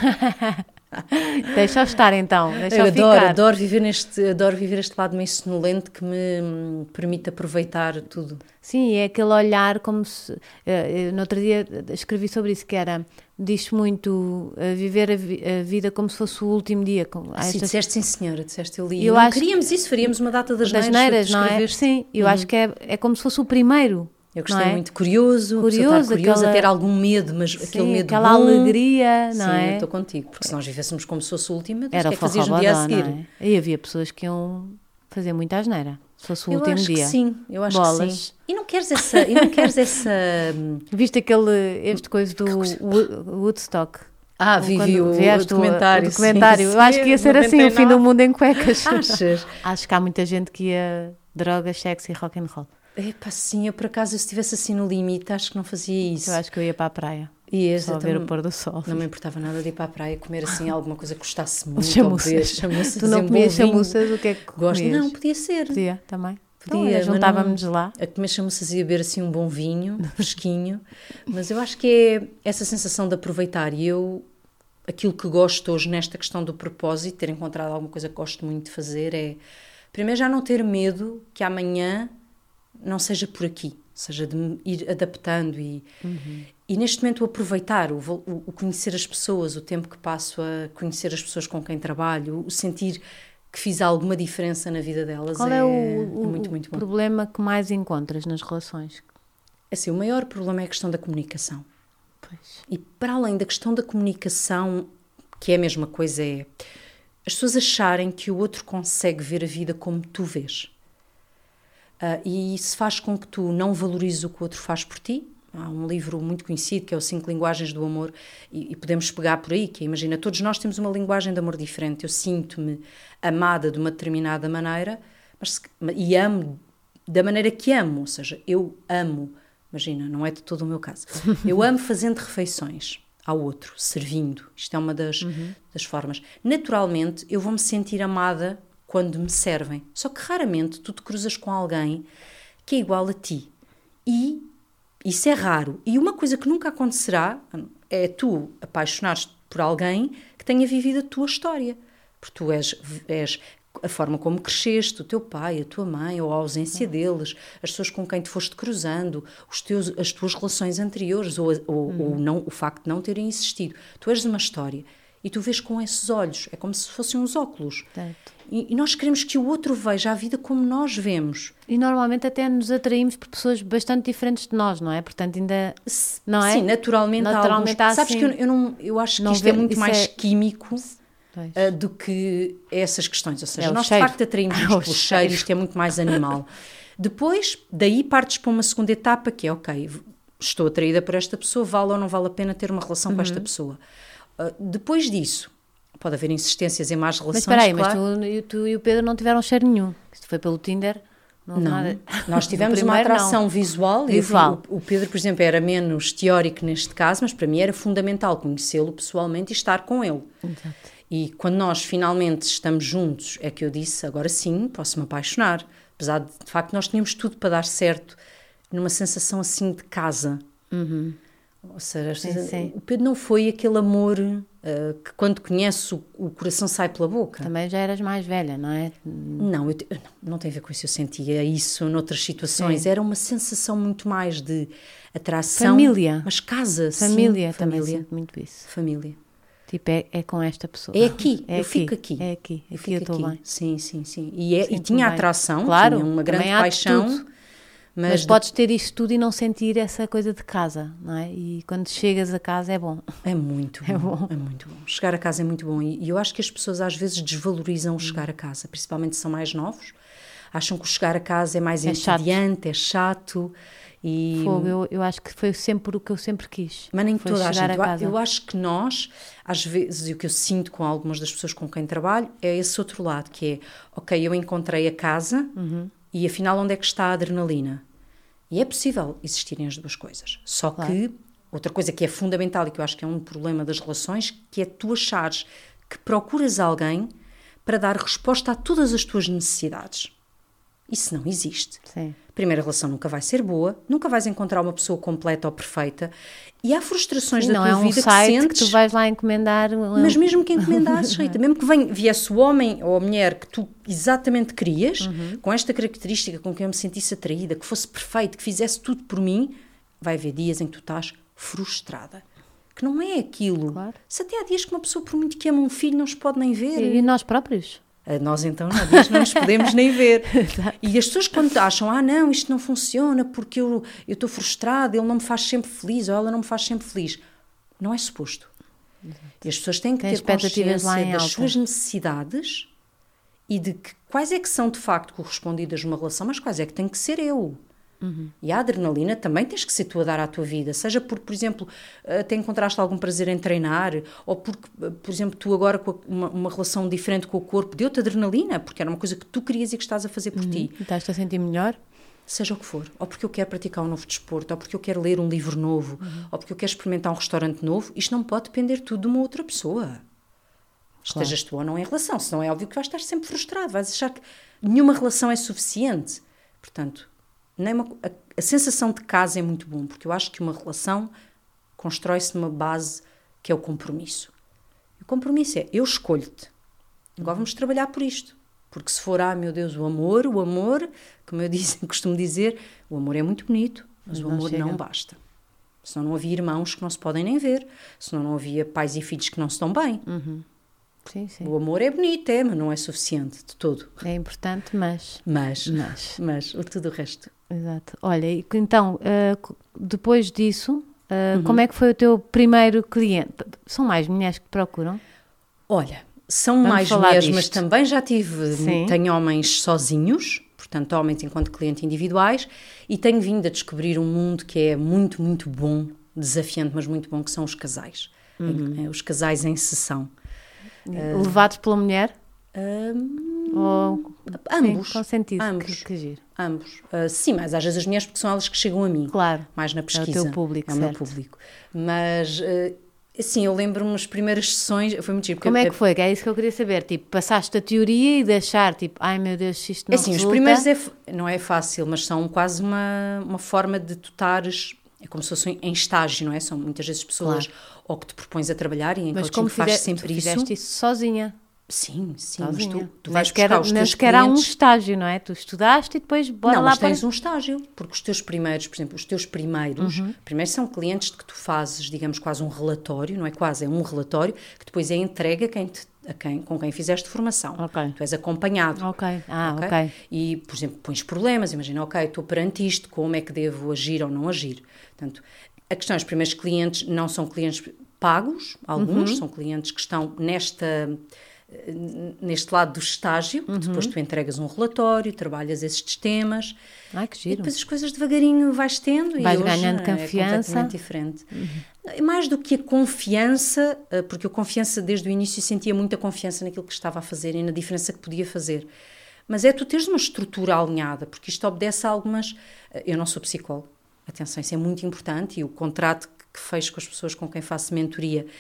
Speaker 1: Deixa-o estar então, deixa-o
Speaker 2: Eu adoro,
Speaker 1: ficar.
Speaker 2: adoro viver neste, adoro viver este lado meio sonolento que me hum, permite aproveitar tudo.
Speaker 1: Sim, é aquele olhar como se... eh, eu, no outro dia escrevi sobre isso, que era... Diz muito eh, viver a, vi- a vida como se fosse o último dia. Com, há
Speaker 2: Sim,
Speaker 1: esta-
Speaker 2: disseste sim senhora, disseste eu li.
Speaker 1: Eu
Speaker 2: não
Speaker 1: acho
Speaker 2: queríamos isso, faríamos uma data das,
Speaker 1: das
Speaker 2: neiras, foi o que
Speaker 1: neiras, não é?
Speaker 2: escreveste.
Speaker 1: Sim, eu acho que é, é como se fosse o primeiro.
Speaker 2: Eu gostei
Speaker 1: não é?
Speaker 2: muito, curioso,
Speaker 1: Curioso,
Speaker 2: curioso, curioso
Speaker 1: aquela-
Speaker 2: a ter algum medo, mas aquele
Speaker 1: Sim,
Speaker 2: medo
Speaker 1: aquela
Speaker 2: bom.
Speaker 1: alegria, não
Speaker 2: Sim,
Speaker 1: é?
Speaker 2: eu estou contigo, porque se nós vivêssemos como se fosse o último, Deus, o
Speaker 1: Era
Speaker 2: que é
Speaker 1: o
Speaker 2: que fazias no dia a
Speaker 1: forrobodó,
Speaker 2: seguir?
Speaker 1: não é? E havia pessoas que iam fazer muita asneira, se fosse o
Speaker 2: Eu
Speaker 1: último
Speaker 2: acho
Speaker 1: dia.
Speaker 2: que sim, eu acho
Speaker 1: Bolas.
Speaker 2: que sim. E não queres essa, e não queres essa...
Speaker 1: Viste aquele, este coisa do Wo- Woodstock?
Speaker 2: Ah, vivi
Speaker 1: Quando
Speaker 2: o, o
Speaker 1: vieste
Speaker 2: documentário.
Speaker 1: o documentário.
Speaker 2: sim,
Speaker 1: Eu acho que ia ser assim, o fim do mundo em cuecas.
Speaker 2: Achas?
Speaker 1: Acho que há muita gente que ia drogas, sexo e rock and roll.
Speaker 2: Epá, sim, eu por acaso, se estivesse assim no limite, acho que não fazia isso.
Speaker 1: Eu acho que eu ia para a praia.
Speaker 2: E esse,
Speaker 1: Só
Speaker 2: eu
Speaker 1: ver
Speaker 2: tam-
Speaker 1: o pôr do sol.
Speaker 2: Não me importava nada de ir para a praia comer assim alguma coisa que gostasse muito.
Speaker 1: Chamuças.
Speaker 2: ou beber chamuças,
Speaker 1: Tu não
Speaker 2: em
Speaker 1: comias
Speaker 2: bom vinho.
Speaker 1: chamuças, o que é que
Speaker 2: Gosto.
Speaker 1: comias?
Speaker 2: Não, podia ser.
Speaker 1: Podia, também.
Speaker 2: Podia,
Speaker 1: Então,
Speaker 2: mas
Speaker 1: juntávamos
Speaker 2: não-
Speaker 1: lá.
Speaker 2: A comer chamuças e a beber assim um bom vinho, fresquinho. Mas eu acho que é essa sensação de aproveitar. E eu, aquilo que gosto hoje nesta questão do propósito, ter encontrado alguma coisa que gosto muito de fazer é, primeiro, já não ter medo que amanhã não seja por aqui. Seja de me ir adaptando e,
Speaker 1: Uhum.
Speaker 2: e neste momento o aproveitar, o, vo- o- o conhecer as pessoas, o tempo que passo a conhecer as pessoas com quem trabalho, o sentir que fiz alguma diferença na vida delas.
Speaker 1: Qual
Speaker 2: é,
Speaker 1: é, o, o-
Speaker 2: muito,
Speaker 1: o
Speaker 2: muito bom.
Speaker 1: problema que mais encontras nas relações?
Speaker 2: Assim, o maior problema é a questão da comunicação.
Speaker 1: Pois.
Speaker 2: E para além da questão da comunicação, que é a mesma coisa, é as pessoas acharem que o outro consegue ver a vida como tu vês. Ah, e isso faz com que tu não valorizes o que o outro faz por ti. Há um livro muito conhecido que é o Cinco Linguagens do Amor e, e podemos pegar por aí, que é, imagina, todos nós temos uma linguagem de amor diferente. Eu sinto-me amada de uma determinada maneira mas, se- e amo da maneira que amo, ou seja, eu amo, imagina, não é de todo o meu caso, eu amo fazendo refeições ao outro, servindo. Isto é uma das, das formas. Naturalmente, eu vou-me sentir amada quando me servem. Só que raramente tu te cruzas com alguém que é igual a ti. E isso é raro. E uma coisa que nunca acontecerá é tu apaixonares-te por alguém que tenha vivido a tua história. Porque tu és, és a forma como cresceste, o teu pai, a tua mãe, ou a ausência deles, as pessoas com quem te foste cruzando, os teus, as tuas relações anteriores, ou, ou, ou não, o facto de não terem existido. Tu és uma história. E tu vês com esses olhos. É como se fossem uns óculos.
Speaker 1: Certo.
Speaker 2: E, e nós queremos que o outro veja a vida como nós vemos.
Speaker 1: E normalmente até nos atraímos por pessoas bastante diferentes de nós, não é? Portanto, ainda... Não é?
Speaker 2: Sim, naturalmente,
Speaker 1: Naturalmente
Speaker 2: há
Speaker 1: há
Speaker 2: alguns... Sabes
Speaker 1: assim-
Speaker 2: que eu, eu, não, eu acho que
Speaker 1: Não
Speaker 2: isto
Speaker 1: vê-
Speaker 2: é muito
Speaker 1: isso
Speaker 2: mais
Speaker 1: é-
Speaker 2: químico
Speaker 1: Pois.
Speaker 2: uh, do que essas questões. Ou seja,
Speaker 1: É o
Speaker 2: nós
Speaker 1: cheiro.
Speaker 2: de facto atraímos
Speaker 1: É
Speaker 2: nos
Speaker 1: o
Speaker 2: pelo
Speaker 1: cheiro.
Speaker 2: cheiro, isto é muito mais animal. Depois, daí partes para uma segunda etapa que é, ok, estou atraída por esta pessoa, vale ou não vale a pena ter uma relação
Speaker 1: Uhum.
Speaker 2: com esta pessoa. Uh, depois disso, pode haver insistências em más relações,
Speaker 1: Mas espera aí,
Speaker 2: claro.
Speaker 1: mas tu, e tu e o Pedro não tiveram cheiro nenhum. Isto foi pelo Tinder, não houve
Speaker 2: Não,
Speaker 1: nada.
Speaker 2: nós tivemos
Speaker 1: No
Speaker 2: uma
Speaker 1: primeiro,
Speaker 2: atração
Speaker 1: não.
Speaker 2: visual. Eu
Speaker 1: Visual.
Speaker 2: vi- o, o Pedro, por exemplo, era menos teórico neste caso, mas para mim era fundamental conhecê-lo pessoalmente e estar com ele.
Speaker 1: Exato.
Speaker 2: E quando nós finalmente estamos juntos, é que eu disse, agora sim, posso-me apaixonar. Apesar de, de facto, nós tínhamos tudo para dar certo, numa sensação assim de casa. Ou seja,
Speaker 1: Sim, sim.
Speaker 2: o Pedro não foi aquele amor uh, que quando conhece o, o coração sai pela boca.
Speaker 1: Também já eras mais velha, não é?
Speaker 2: Não, eu te, não, não tem a ver com isso. Eu sentia isso noutras situações. Sim. Era uma sensação muito mais de atração.
Speaker 1: Família.
Speaker 2: Mas casa,
Speaker 1: família,
Speaker 2: sim.
Speaker 1: Também
Speaker 2: Família.
Speaker 1: sinto muito isso.
Speaker 2: Família.
Speaker 1: Tipo, é, é com esta pessoa.
Speaker 2: É aqui,
Speaker 1: é
Speaker 2: eu
Speaker 1: aqui,
Speaker 2: fico aqui.
Speaker 1: É aqui,
Speaker 2: eu
Speaker 1: aqui eu estou bem.
Speaker 2: Sim, sim, sim. E, é, e tinha
Speaker 1: bem.
Speaker 2: atração,
Speaker 1: claro,
Speaker 2: tinha uma grande
Speaker 1: há
Speaker 2: paixão.
Speaker 1: Tudo.
Speaker 2: Mas,
Speaker 1: mas
Speaker 2: de...
Speaker 1: podes ter isto tudo e não sentir essa coisa de casa, não é? E quando chegas a casa é bom.
Speaker 2: É muito bom,
Speaker 1: é bom.
Speaker 2: É muito bom. Chegar a casa é muito bom. E, e eu acho que as pessoas às vezes desvalorizam o chegar a casa, principalmente se são mais novos. Acham que o chegar a casa é mais
Speaker 1: é
Speaker 2: entediante, chato. é chato. E...
Speaker 1: Fogo, eu, eu acho que foi sempre o que eu sempre quis.
Speaker 2: Mas nem
Speaker 1: foi
Speaker 2: toda a gente.
Speaker 1: A casa.
Speaker 2: Eu acho que nós, às vezes, e o que eu sinto com algumas das pessoas com quem trabalho, é esse outro lado, que é, ok, eu encontrei a casa
Speaker 1: uhum.
Speaker 2: e afinal onde é que está a adrenalina? E é possível existirem as duas coisas. Só
Speaker 1: claro.
Speaker 2: que, outra coisa que é fundamental e que eu acho que é um problema das relações, que é tu achares que procuras alguém para dar resposta a todas as tuas necessidades. Isso não existe.
Speaker 1: Sim.
Speaker 2: A primeira relação nunca vai ser boa, nunca vais encontrar uma pessoa completa ou perfeita e há frustrações
Speaker 1: Sim,
Speaker 2: da
Speaker 1: não
Speaker 2: tua
Speaker 1: é um
Speaker 2: vida
Speaker 1: site
Speaker 2: que sentes...
Speaker 1: que tu vais lá encomendar... Um...
Speaker 2: Mas mesmo que encomendasses, mesmo que venha, viesse o homem ou a mulher que tu exatamente querias, uhum. com esta característica com quem eu me sentisse atraída, que fosse perfeito, que fizesse tudo por mim, vai haver dias em que tu estás frustrada. Que não é aquilo.
Speaker 1: Claro.
Speaker 2: Se até há dias que uma pessoa, por muito que ama um filho, não se pode nem ver.
Speaker 1: E, e nós próprios?
Speaker 2: Nós então há dias não nos podemos nem ver. E as pessoas quando acham, ah não, isto não funciona porque eu eu estou frustrada, ele não me faz sempre feliz ou ela não me faz sempre feliz. Não é suposto. Exato. E as pessoas têm que
Speaker 1: Tem
Speaker 2: ter consciência
Speaker 1: lá em
Speaker 2: das
Speaker 1: alta.
Speaker 2: suas necessidades e de que, quais é que são de facto correspondidas numa relação, mas quais é que tem que ser eu. Uhum. E a adrenalina também tens que ser tu a dar à tua vida, seja porque, por exemplo, até encontraste algum prazer em treinar, ou porque, por exemplo, tu agora com uma, uma relação diferente com o corpo deu-te adrenalina, porque era uma coisa que tu querias e que estás a fazer por
Speaker 1: uhum.
Speaker 2: ti.
Speaker 1: E estás-te a sentir melhor?
Speaker 2: Seja o que for, ou porque eu quero praticar um novo desporto, ou porque eu quero ler um livro novo, uhum. ou porque eu quero experimentar um restaurante novo, isto não pode depender tudo de uma outra pessoa. Claro. Estejas tu ou não em relação, senão é óbvio que vais estar sempre frustrado, vais achar que nenhuma relação é suficiente. Portanto, nem uma, a, a sensação de casa é muito bom, porque eu acho que uma relação constrói-se numa base que é o compromisso. O compromisso é, eu escolho-te, agora vamos trabalhar por isto. Porque se for, ah, meu Deus, o amor, o amor, como eu disse, costumo dizer, o amor é muito bonito, mas não o amor chega. Não basta. Senão não havia irmãos que não se podem nem ver, senão não havia pais e filhos que não se estão bem.
Speaker 1: Uhum. Sim, sim.
Speaker 2: O amor é bonito, é, mas não é suficiente de todo.
Speaker 1: É importante, mas...
Speaker 2: Mas,
Speaker 1: mas,
Speaker 2: mas o tudo o resto.
Speaker 1: Exato. Olha, então, uh, depois disso, uh, uhum. como é que foi o teu primeiro cliente? São mais mulheres que te procuram?
Speaker 2: Olha... São
Speaker 1: Vamos
Speaker 2: mais mulheres,
Speaker 1: disto.
Speaker 2: mas também já tive,
Speaker 1: Sim.
Speaker 2: tenho homens sozinhos, portanto homens enquanto cliente individuais, e tenho vindo a descobrir um mundo que é muito, muito bom, desafiante, mas muito bom, que são os casais, uhum. os casais em sessão.
Speaker 1: Levados uh, pela mulher?
Speaker 2: Uh,
Speaker 1: Ou,
Speaker 2: ambos.
Speaker 1: Sim, com sentido,
Speaker 2: ambos.
Speaker 1: Que, que giro.
Speaker 2: Ambos. Uh, sim, mas às vezes as mulheres porque são elas que chegam a mim.
Speaker 1: Claro.
Speaker 2: Mais na pesquisa.
Speaker 1: É o teu público,
Speaker 2: É o
Speaker 1: certo.
Speaker 2: meu público. Mas... Uh, Sim, eu lembro-me as primeiras sessões, foi muito giro.
Speaker 1: Como é que foi? Que é isso que eu queria saber. Tipo, passaste a teoria e deixar, tipo, ai meu Deus, se isto não
Speaker 2: assim,
Speaker 1: resulta...
Speaker 2: Os primeiros é, não é fácil, mas são quase uma, uma forma de tu estares, é como se fosse em estágio, não é? São muitas vezes pessoas
Speaker 1: claro.
Speaker 2: Ou que te propões a trabalhar e em
Speaker 1: mas
Speaker 2: coaching
Speaker 1: como
Speaker 2: fazes
Speaker 1: fizeste,
Speaker 2: sempre
Speaker 1: tu
Speaker 2: isso.
Speaker 1: fizeste isso sozinha.
Speaker 2: Sim, sim,
Speaker 1: sozinha.
Speaker 2: mas tu, tu vais
Speaker 1: sequer,
Speaker 2: buscar os
Speaker 1: nem
Speaker 2: teus
Speaker 1: sequer
Speaker 2: clientes...
Speaker 1: há um estágio, não é? Tu estudaste e depois bora
Speaker 2: não,
Speaker 1: lá
Speaker 2: mas
Speaker 1: para...
Speaker 2: tens um estágio, porque os teus primeiros, por exemplo, os teus primeiros,
Speaker 1: uhum.
Speaker 2: primeiros são clientes de que tu fazes, digamos, quase um relatório, não é quase, é um relatório, que depois é entregue a quem, te, a quem com quem fizeste formação.
Speaker 1: Okay.
Speaker 2: Tu és acompanhado.
Speaker 1: Ok, ah, ok.
Speaker 2: okay? E, por exemplo, pões problemas, imagina, ok, estou perante isto, como é que devo agir ou não agir? Portanto, a questão, os primeiros clientes não são clientes pagos, alguns,
Speaker 1: uhum.
Speaker 2: são clientes que estão nesta... neste lado do estágio, uhum. depois tu entregas um relatório, trabalhas esses temas.
Speaker 1: Ai, que giro.
Speaker 2: E depois as coisas devagarinho vais tendo
Speaker 1: vais
Speaker 2: e hoje
Speaker 1: ganhando confiança.
Speaker 2: É completamente diferente. Uhum. Mais do que a confiança, porque a confiança desde o início sentia muita confiança naquilo que estava a fazer e na diferença que podia fazer. Mas é tu teres uma estrutura alinhada, porque isto obedece a algumas... Eu não sou psicóloga, atenção, isso é muito importante e o contrato que fecho com as pessoas com quem faço mentoria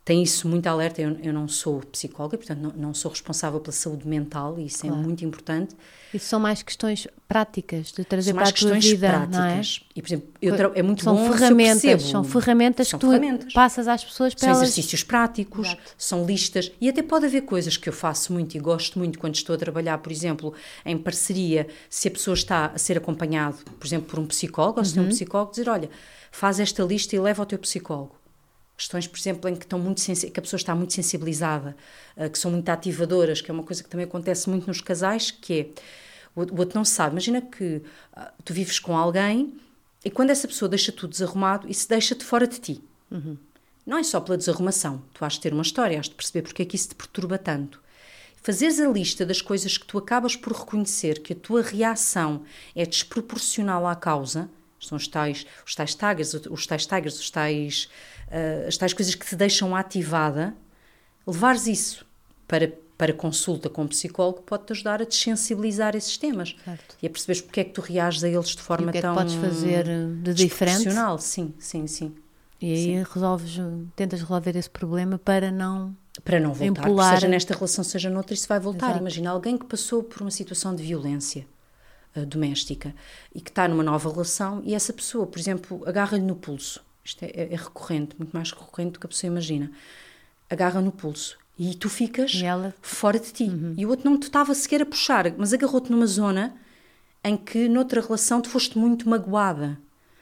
Speaker 2: tem isso muito alerta. Eu, eu não sou psicóloga, portanto não, não sou responsável pela saúde mental, e isso claro. É muito importante.
Speaker 1: Isso são mais questões práticas de trazer
Speaker 2: são
Speaker 1: para a tua vida, práticas. Não é?
Speaker 2: E, por exemplo, eu tra... é muito
Speaker 1: são
Speaker 2: bom
Speaker 1: ferramentas,
Speaker 2: se eu percebo.
Speaker 1: São ferramentas
Speaker 2: são
Speaker 1: que tu
Speaker 2: ferramentas.
Speaker 1: Passas às pessoas para
Speaker 2: São
Speaker 1: elas...
Speaker 2: exercícios práticos, Exato. São listas, e até pode haver coisas que eu faço muito e gosto muito quando estou a trabalhar, por exemplo, em parceria, se a pessoa está a ser acompanhado, por exemplo, por um psicólogo, ou se tem um psicólogo, dizer, olha, faz esta lista e leva ao teu psicólogo. Questões, por exemplo, em que, estão muito sensi- que a pessoa está muito sensibilizada, uh, que são muito ativadoras, que é uma coisa que também acontece muito nos casais, que é, o, o outro não sabe. Imagina que uh, tu vives com alguém e quando essa pessoa deixa tudo desarrumado, isso deixa-te fora de ti. Uhum. Não é só pela desarrumação. Tu has de ter uma história, has de perceber porque é que isso te perturba tanto. Fazeres a lista das coisas que tu acabas por reconhecer que a tua reação é desproporcional à causa, são os tais, os tais tigers, os tais tigers, os tais, uh, as tais coisas que te deixam ativada, levares isso para, para consulta com um psicólogo pode-te ajudar a dessensibilizar esses temas. Certo. E a perceberes porque é que tu reages a eles de forma
Speaker 1: e o que
Speaker 2: tão...
Speaker 1: é que podes fazer de diferente?
Speaker 2: Sim, sim, sim.
Speaker 1: E aí sim. resolves, tentas resolver esse problema para não...
Speaker 2: Para não voltar,
Speaker 1: empolar...
Speaker 2: seja nesta relação, seja noutra, isso vai voltar.
Speaker 1: Exato.
Speaker 2: Imagina alguém que passou por uma situação de violência doméstica e que está numa nova relação e essa pessoa, por exemplo, agarra-lhe no pulso. Isto é, é recorrente, muito mais recorrente do que a pessoa imagina. Agarra no pulso e tu ficas
Speaker 1: e ela...
Speaker 2: fora de ti. Uhum. E o outro não te estava sequer a puxar, mas agarrou-te numa zona em que noutra relação tu foste muito magoada.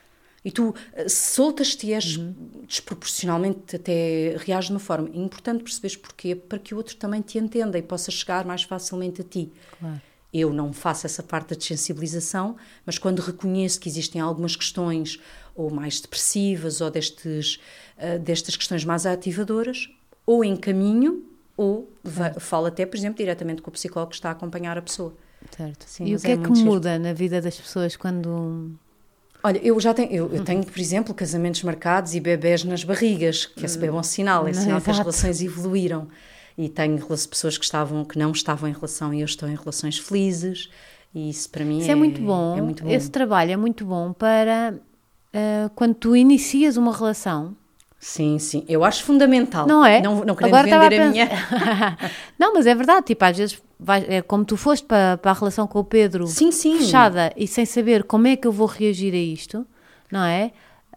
Speaker 2: E tu soltas-te e és uhum. desproporcionalmente, até reages de uma forma. É importante perceberes porquê, para que o outro também te entenda e possa chegar mais facilmente a ti.
Speaker 1: Claro.
Speaker 2: Eu não faço essa parte da desensibilização, mas quando reconheço que existem algumas questões ou mais depressivas ou destes, uh, destas questões mais ativadoras, ou encaminho ou va- falo até, por exemplo, diretamente com o psicólogo que está a acompanhar a pessoa.
Speaker 1: Certo.
Speaker 2: Sim,
Speaker 1: e o que é, é que muda giro. Na vida das pessoas quando...
Speaker 2: Olha, eu já tenho, eu, eu tenho, por exemplo, casamentos marcados e bebés nas barrigas, que esse é bom sinal, é sinal que as relações evoluíram. E tenho pessoas que, estavam, que não estavam em relação e eu estou em relações felizes, e isso para mim
Speaker 1: isso
Speaker 2: é,
Speaker 1: é, muito bom.
Speaker 2: é muito bom.
Speaker 1: Esse trabalho é muito bom para uh, quando tu inicias uma relação.
Speaker 2: Sim, sim, eu acho fundamental.
Speaker 1: Não é?
Speaker 2: Não, não querendo
Speaker 1: Agora
Speaker 2: vender a, a minha...
Speaker 1: Não, mas é verdade, tipo, às vezes, vai, é como tu foste para, para a relação com o Pedro,
Speaker 2: sim, sim.
Speaker 1: fechada e sem saber como é que eu vou reagir a isto, não é?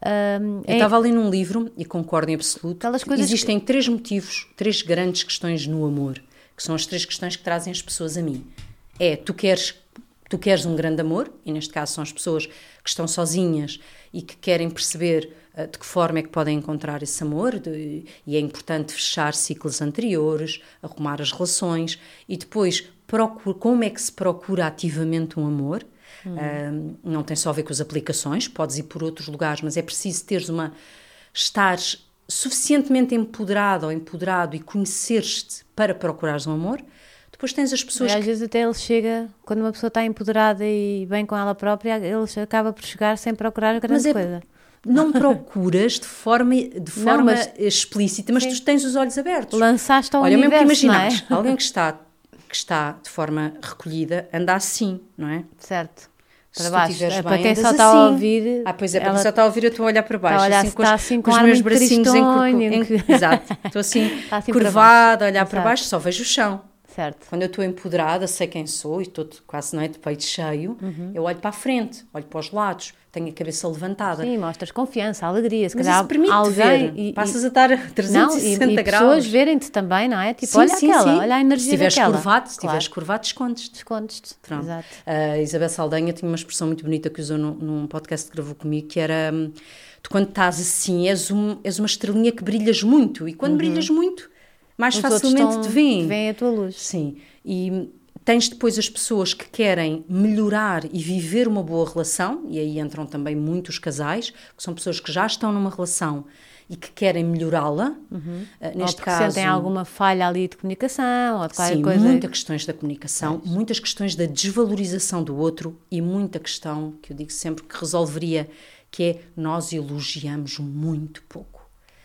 Speaker 2: Um, eu estava é... ali num livro, e concordo em absoluto, existem que... três motivos, três grandes questões no amor, que são as três questões que trazem as pessoas a mim. É, tu queres, tu queres um grande amor, e neste caso são as pessoas que estão sozinhas e que querem perceber uh, de que forma é que podem encontrar esse amor, de, e é importante fechar ciclos anteriores, arrumar as relações, e depois procura, como é que se procura ativamente um amor. Hum. Uh, não tem só a ver com as aplicações, podes ir por outros lugares, mas é preciso teres uma, estares suficientemente empoderado ou empoderado e conheceres-te para procurares um amor. Depois tens as pessoas
Speaker 1: e às
Speaker 2: que...
Speaker 1: vezes até ele chega, quando uma pessoa está empoderada e bem com ela própria, ele acaba por chegar sem procurar grande mas é, coisa.
Speaker 2: Não procuras de forma, de forma não, mas, explícita, mas sim. Tu tens os olhos abertos.
Speaker 1: Lançaste ao
Speaker 2: Olha,
Speaker 1: universo,
Speaker 2: mesmo que imaginares,
Speaker 1: não é?
Speaker 2: Alguém que está, que está de forma recolhida anda assim, não é?
Speaker 1: Certo.
Speaker 2: Se
Speaker 1: para baixo.
Speaker 2: É
Speaker 1: para quem só está assim. A ouvir...
Speaker 2: Ah, pois é, para quem só está a ouvir eu estou a olhar para baixo.
Speaker 1: Olhar,
Speaker 2: assim, com
Speaker 1: está
Speaker 2: os,
Speaker 1: assim
Speaker 2: com
Speaker 1: com
Speaker 2: os meus bracinhos
Speaker 1: em,
Speaker 2: em,
Speaker 1: que...
Speaker 2: Exato. Estou assim,
Speaker 1: assim
Speaker 2: curvada, a olhar
Speaker 1: Exato.
Speaker 2: Para baixo, só vejo o chão.
Speaker 1: Certo.
Speaker 2: Quando eu estou empoderada, sei quem sou e estou quase, não é, de peito cheio, uhum. eu olho para a frente, olho para os lados, tenho a cabeça levantada.
Speaker 1: Sim, mostras confiança, alegria. Se
Speaker 2: Mas
Speaker 1: calhar
Speaker 2: isso permite
Speaker 1: alguém
Speaker 2: ver. E, Passas a estar a trezentos e sessenta
Speaker 1: não, e, e
Speaker 2: graus.
Speaker 1: pessoas verem-te também, não é? Tipo,
Speaker 2: sim,
Speaker 1: olha
Speaker 2: sim,
Speaker 1: aquela,
Speaker 2: sim.
Speaker 1: olha a energia
Speaker 2: se tiveres
Speaker 1: daquela.
Speaker 2: Curvado, se
Speaker 1: claro.
Speaker 2: tiveres curvado, escondes-te.
Speaker 1: Escondes-te,
Speaker 2: Pronto.
Speaker 1: exato.
Speaker 2: A Isabel Saldanha tinha uma expressão muito bonita que usou num, num podcast que gravou comigo, que era, tu quando estás assim, és, um, és uma estrelinha que brilhas muito, e quando uhum. brilhas muito, mais
Speaker 1: Os
Speaker 2: facilmente te veem.
Speaker 1: Vêem a tua luz.
Speaker 2: Sim, e... Tens depois as pessoas que querem melhorar e viver uma boa relação, e aí entram também muitos casais, que são pessoas que já estão numa relação e que querem melhorá-la.
Speaker 1: Uhum.
Speaker 2: Uh, neste
Speaker 1: ou
Speaker 2: caso,
Speaker 1: sentem alguma falha ali de comunicação, ou de qualquer
Speaker 2: sim,
Speaker 1: coisa.
Speaker 2: muitas questões da comunicação, é. Muitas questões da desvalorização do outro e muita questão, que eu digo sempre que resolveria, que é nós elogiamos muito pouco.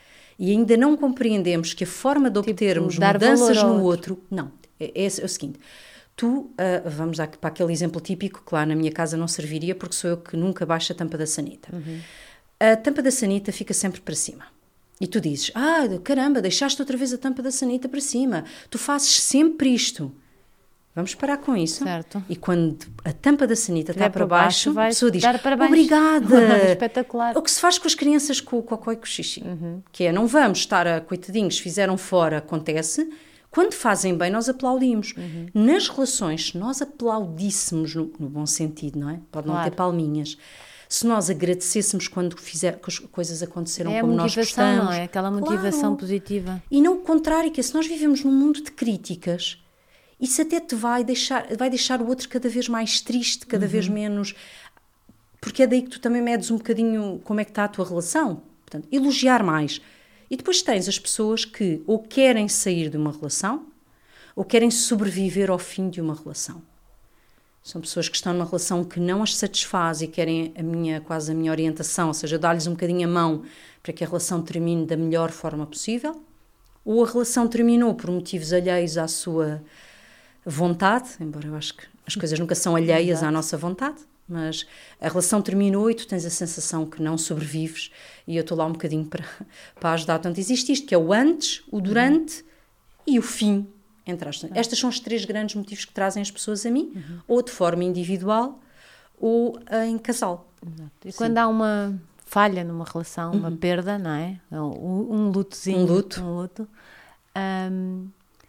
Speaker 2: E ainda não compreendemos que a forma de obtermos tipo, mudanças no outro, outro não, é, é, é o seguinte... Tu, uh, vamos lá para aquele exemplo típico, que lá na minha casa não serviria porque sou eu que nunca baixo a tampa da sanita. Uhum. A tampa da sanita fica sempre para cima. E tu dizes, ah, caramba, deixaste outra vez a tampa da sanita para cima. Tu fazes sempre isto. Vamos parar com isso.
Speaker 1: Certo.
Speaker 2: E quando a tampa da sanita está para baixo,
Speaker 1: vai
Speaker 2: a pessoa diz,
Speaker 1: dar parabéns.
Speaker 2: Obrigada.
Speaker 1: Espetacular.
Speaker 2: O que se faz com as crianças com o cocó e com o xixi.
Speaker 1: Uhum.
Speaker 2: Que é, não vamos estar a, coitadinhos, fizeram fora, acontece. Quando fazem bem, nós aplaudimos. Uhum. Nas relações, se nós aplaudíssemos, no, no bom sentido, não é? Pode não
Speaker 1: claro.
Speaker 2: ter palminhas. Se nós agradecêssemos quando fizer, que as coisas aconteceram
Speaker 1: é
Speaker 2: como nós gostamos.
Speaker 1: Não é? Aquela motivação
Speaker 2: claro.
Speaker 1: Positiva.
Speaker 2: E não o contrário, que é, se nós vivemos num mundo de críticas, isso até te vai deixar, vai deixar o outro cada vez mais triste, cada uhum. vez menos... Porque é daí que tu também medes um bocadinho como é que está a tua relação. Portanto, elogiar mais. E depois tens as pessoas que ou querem sair de uma relação ou querem sobreviver ao fim de uma relação. São pessoas que estão numa relação que não as satisfaz e querem a minha, quase a minha orientação, ou seja, dar-lhes um bocadinho a mão para que a relação termine da melhor forma possível, ou a relação terminou por motivos alheios à sua vontade, embora eu acho que as coisas nunca são alheias Exato. À nossa vontade, mas a relação terminou e tu tens a sensação que não sobrevives e eu estou lá um bocadinho para, para ajudar. Portanto, existe isto que é o antes, o durante uhum. e o fim. Entre as... Estas são os três grandes motivos que trazem as pessoas a mim, uhum. ou de forma individual ou em casal.
Speaker 1: Exato. E Sim. quando há uma falha numa relação, uhum. uma perda, não é? Um, um lutozinho.
Speaker 2: Um luto.
Speaker 1: Um luto um,